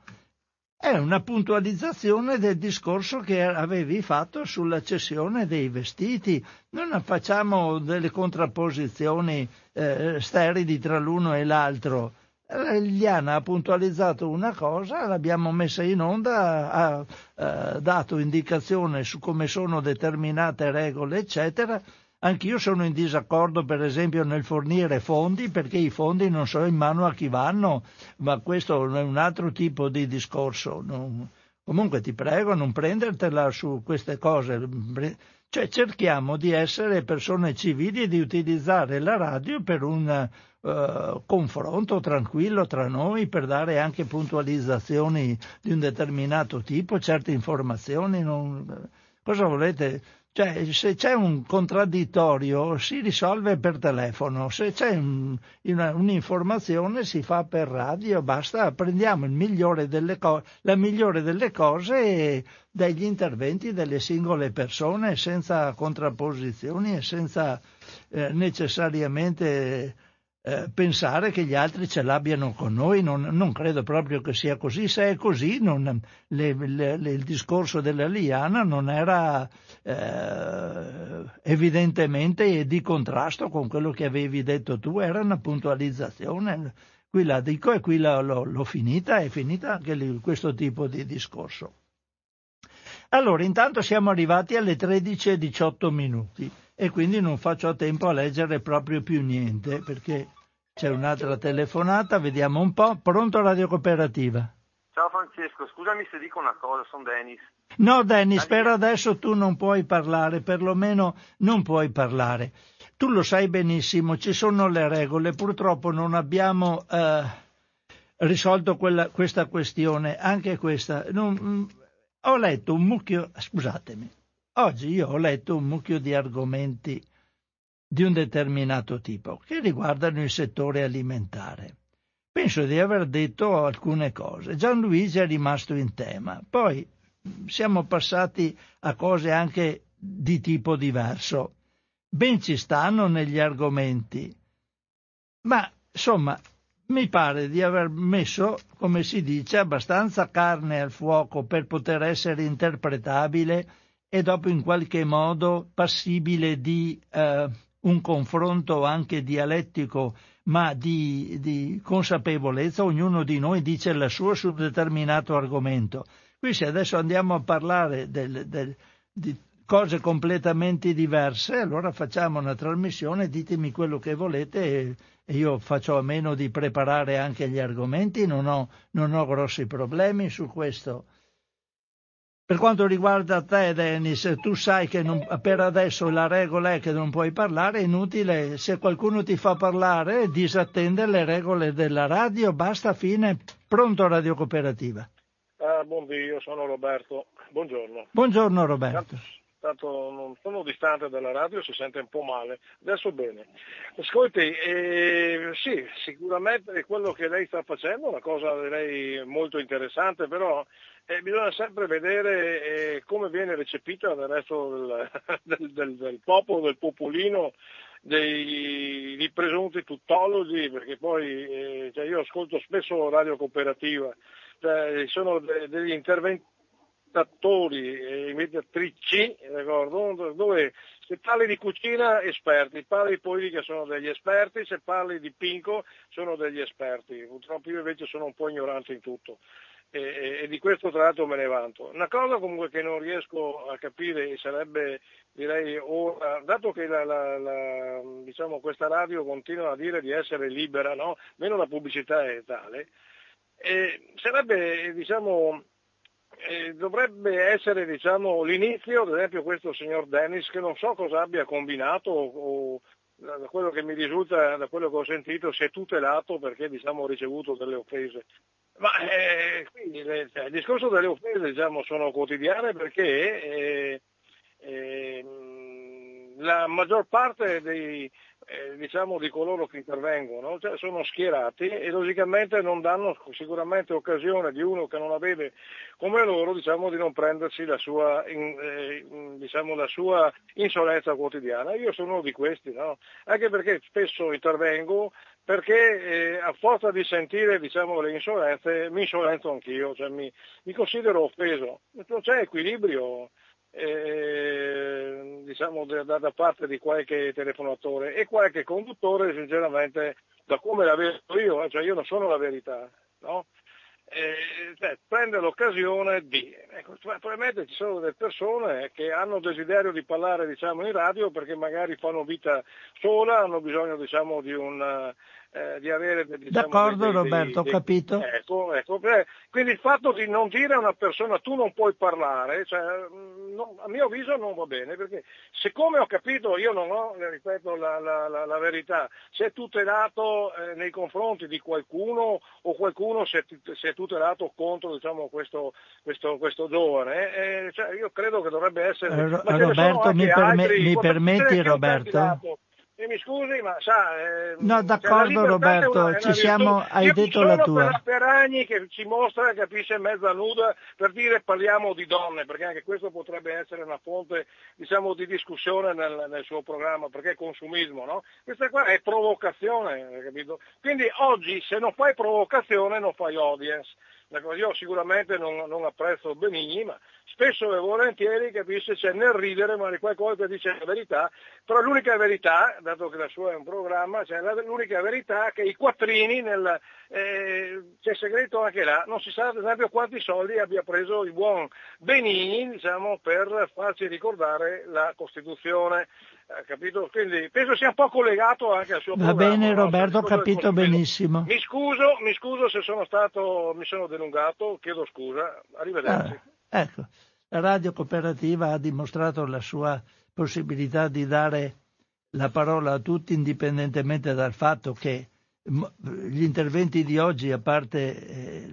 [SPEAKER 1] È una puntualizzazione del discorso che avevi fatto sulla cessione dei vestiti. Non facciamo delle contrapposizioni eh, sterili tra l'uno e l'altro. Eh, Liliana ha puntualizzato una cosa, l'abbiamo messa in onda, ha eh, dato indicazione su come sono determinate regole, eccetera. Anch'io sono in disaccordo, per esempio, nel fornire fondi, perché i fondi non so in mano a chi vanno, ma questo è un altro tipo di discorso. Non... Comunque ti prego, non prendertela su queste cose. Cioè cerchiamo di essere persone civili e di utilizzare la radio per un uh, confronto tranquillo tra noi, per dare anche puntualizzazioni di un determinato tipo, certe informazioni. Non... Cosa volete? Cioè, se c'è un contraddittorio si risolve per telefono, se c'è un, una, un'informazione si fa per radio, basta, prendiamo il migliore delle co- la migliore delle cose dagli interventi delle singole persone, senza contrapposizioni e senza eh, necessariamente eh, pensare che gli altri ce l'abbiano con noi. Non, non credo proprio che sia così. Se è così, non, le, le, le, il discorso della Liana non era eh, evidentemente di contrasto con quello che avevi detto tu, era una puntualizzazione. Qui la dico e qui la, l'ho, l'ho finita, è finita anche lì, questo tipo di discorso. Allora, intanto siamo arrivati alle tredici e diciotto minuti e quindi non faccio a tempo a leggere proprio più niente, perché c'è un'altra telefonata, vediamo un po'. Pronto Radio Cooperativa?
[SPEAKER 5] Ciao Francesco, scusami se dico una cosa, sono Dennis.
[SPEAKER 1] No Dennis, per adesso tu non puoi parlare, perlomeno non puoi parlare. Tu lo sai benissimo, ci sono le regole, purtroppo non abbiamo eh, risolto quella, questa questione, anche questa. Non, ho letto un mucchio, scusatemi, oggi io ho letto un mucchio di argomenti di un determinato tipo che riguardano il settore alimentare. Penso di aver detto alcune cose. Gianluigi è rimasto in tema. Poi siamo passati a cose anche di tipo diverso. Ben ci stanno negli argomenti, ma insomma mi pare di aver messo, come si dice, abbastanza carne al fuoco per poter essere interpretabile e dopo in qualche modo passibile di eh, un confronto anche dialettico, ma di, di consapevolezza. Ognuno di noi dice la sua su un determinato argomento. Qui se adesso andiamo a parlare del, del, di cose completamente diverse, allora facciamo una trasmissione, ditemi quello che volete e, e io faccio a meno di preparare anche gli argomenti, non ho, non ho grossi problemi su questo. Per quanto riguarda te, Dennis, tu sai che non, per adesso la regola è che non puoi parlare, è inutile, se qualcuno ti fa parlare disattende le regole della radio, basta, fine. Pronto Radio Cooperativa?
[SPEAKER 6] Ah, buongiorno, sono Roberto, buongiorno.
[SPEAKER 1] Buongiorno Roberto.
[SPEAKER 6] Tanto non sono distante dalla radio, si sente un po' male, adesso bene. Ascolti, eh, sì, sicuramente quello che lei sta facendo è una cosa direi molto interessante, però eh, bisogna sempre vedere eh, come viene recepita dal resto del, del, del, del popolo, del popolino, dei, dei presunti tuttologi, perché poi eh, cioè io ascolto spesso Radio Cooperativa, cioè, sono de, degli interventi imitatori e imitatrici, d'accordo? Dove se parli di cucina esperti, parli di politica sono degli esperti, se parli di Pinco sono degli esperti, purtroppo io invece sono un po' ignorante in tutto. E, e, e di questo tra l'altro me ne vanto. Una cosa comunque che non riesco a capire e sarebbe, direi ora, dato che la, la, la, diciamo, questa radio continua a dire di essere libera, no? Meno la pubblicità è tale, e sarebbe, diciamo, eh, dovrebbe essere, diciamo, l'inizio, ad esempio questo signor Dennis, che non so cosa abbia combinato o, o da quello che mi risulta, da quello che ho sentito, si è tutelato perché, diciamo, ha ricevuto delle offese. Ma eh, quindi le, cioè, il discorso delle offese, diciamo, sono quotidiane perché eh, eh, la maggior parte dei, eh, diciamo, di coloro che intervengono, cioè, sono schierati e logicamente non danno sicuramente occasione di uno che non la vede come loro, diciamo, di non prendersi la sua, in, eh, diciamo, la sua insolenza quotidiana. Io sono uno di questi, no? Anche perché spesso intervengo perché eh, a forza di sentire, diciamo, le insolenze mi insolento anch'io, cioè mi, mi considero offeso. Non c'è equilibrio eh, diciamo, da, da parte di qualche telefonatore e qualche conduttore, sinceramente, da come la vedo io, cioè io non sono la verità, no? Eh, cioè, prende l'occasione di, ecco, probabilmente ci sono delle persone che hanno desiderio di parlare, diciamo, in radio perché magari fanno vita sola, hanno bisogno, diciamo, di un eh, di avere, diciamo,
[SPEAKER 1] d'accordo,
[SPEAKER 6] dei, dei,
[SPEAKER 1] Roberto,
[SPEAKER 6] dei,
[SPEAKER 1] ho capito.
[SPEAKER 6] Ecco, ecco, quindi il fatto di non dire a una persona tu non puoi parlare, cioè, non, a mio avviso non va bene, perché siccome ho capito, io non ho, ripeto, la, la, la, la verità, se è tutelato eh, nei confronti di qualcuno o qualcuno si è, si è tutelato contro, diciamo, questo, questo, questo giovane, eh, cioè, io credo che dovrebbe essere...
[SPEAKER 1] Eh,
[SPEAKER 6] ma
[SPEAKER 1] Roberto, mi, perme-
[SPEAKER 6] altri,
[SPEAKER 1] mi permetti, Roberto?
[SPEAKER 6] E mi scusi, ma sa... Eh,
[SPEAKER 1] no, d'accordo,
[SPEAKER 6] cioè,
[SPEAKER 1] Roberto,
[SPEAKER 6] una,
[SPEAKER 1] ci siamo, hai
[SPEAKER 6] io
[SPEAKER 1] detto la tua.
[SPEAKER 6] Io sono per Peragni che ci mostra, capisce, mezza nuda per dire parliamo di donne, perché anche questo potrebbe essere una fonte, diciamo, di discussione nel, nel suo programma, perché è consumismo, no? Questa qua è provocazione, capito? Quindi oggi se non fai provocazione non fai audience. Io sicuramente non, non apprezzo Benigni, ma spesso e volentieri, capisce, c'è nel ridere, ma di qualcosa che dice la verità, però l'unica verità, dato che la sua è un programma, cioè l'unica verità è che i quattrini, nel, eh, c'è segreto anche là, non si sa ad esempio quanti soldi abbia preso il buon Benigni, diciamo, per farci ricordare la Costituzione. Eh, capito? Quindi penso sia un po' collegato anche al suo
[SPEAKER 1] Va
[SPEAKER 6] programma.
[SPEAKER 1] bene,
[SPEAKER 6] No?
[SPEAKER 1] Roberto, ho capito benissimo.
[SPEAKER 6] Mi scuso, mi scuso se sono stato, mi sono dilungato, chiedo scusa, arrivederci.
[SPEAKER 1] Ah, ecco, la radio cooperativa ha dimostrato la sua possibilità di dare la parola a tutti, indipendentemente dal fatto che gli interventi di oggi, a parte eh,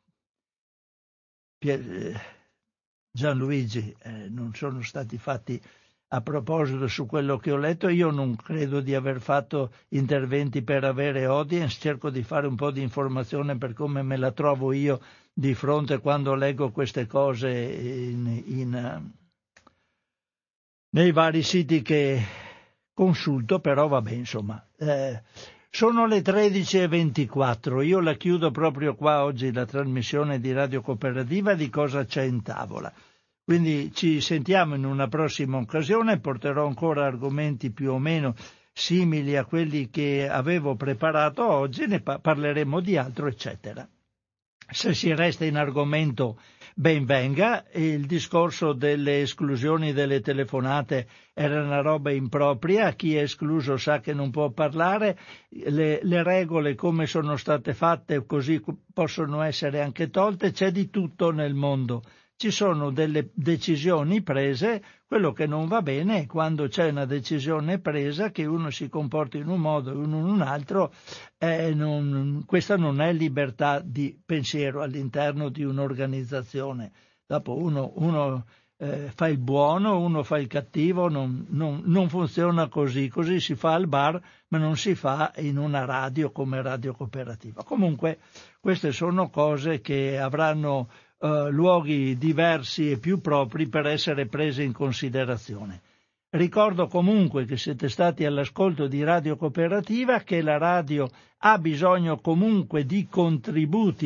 [SPEAKER 1] Pier, Gianluigi, eh, non sono stati fatti a proposito su quello che ho letto. Io non credo di aver fatto interventi per avere audience, cerco di fare un po' di informazione per come me la trovo io di fronte quando leggo queste cose in, in, nei vari siti che consulto, però vabbè, insomma. Eh, sono le tredici e ventiquattro, io la chiudo proprio qua oggi la trasmissione di Radio Cooperativa di Cosa c'è in tavola. Quindi ci sentiamo in una prossima occasione, porterò ancora argomenti più o meno simili a quelli che avevo preparato oggi, ne pa- parleremo di altro, eccetera. Se si resta in argomento, ben venga. Il discorso delle esclusioni delle telefonate era una roba impropria, chi è escluso sa che non può parlare, le, le regole come sono state fatte così possono essere anche tolte, c'è di tutto nel mondo. Ci sono delle decisioni prese, quello che non va bene è quando c'è una decisione presa che uno si comporta in un modo e uno in un altro, eh, non, questa non è libertà di pensiero all'interno di un'organizzazione. Dopo uno, uno eh, fa il buono, uno fa il cattivo, non, non, non funziona così, così si fa al bar, ma non si fa in una radio come Radio Cooperativa. Comunque queste sono cose che avranno Uh, luoghi diversi e più propri per essere prese in considerazione. Ricordo comunque che siete stati all'ascolto di Radio Cooperativa, che la radio ha bisogno comunque di contributi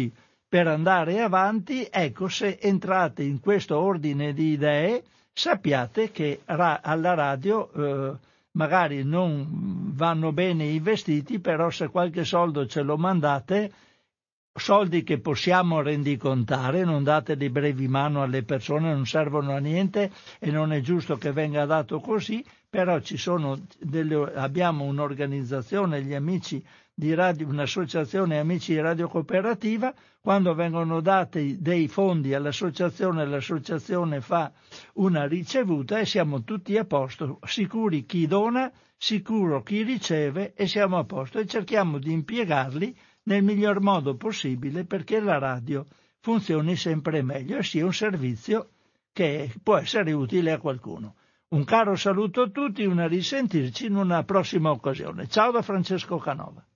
[SPEAKER 1] per andare avanti, ecco, se entrate in questo ordine di idee, sappiate che ra- alla radio eh, magari non vanno bene i vestiti, però se qualche soldo ce lo mandate, soldi che possiamo rendicontare, non date di brevi mano alle persone, non servono a niente e non è giusto che venga dato così, però ci sono delle, abbiamo un'organizzazione, gli amici di radio, un'associazione amici di Radio Cooperativa, quando vengono dati dei fondi all'associazione, l'associazione fa una ricevuta e siamo tutti a posto, sicuri chi dona, sicuro chi riceve e siamo a posto e cerchiamo di impiegarli nel miglior modo possibile perché la radio funzioni sempre meglio e sia un servizio che può essere utile a qualcuno. Un caro saluto a tutti, una risentirci in una prossima occasione. Ciao da Francesco Canova.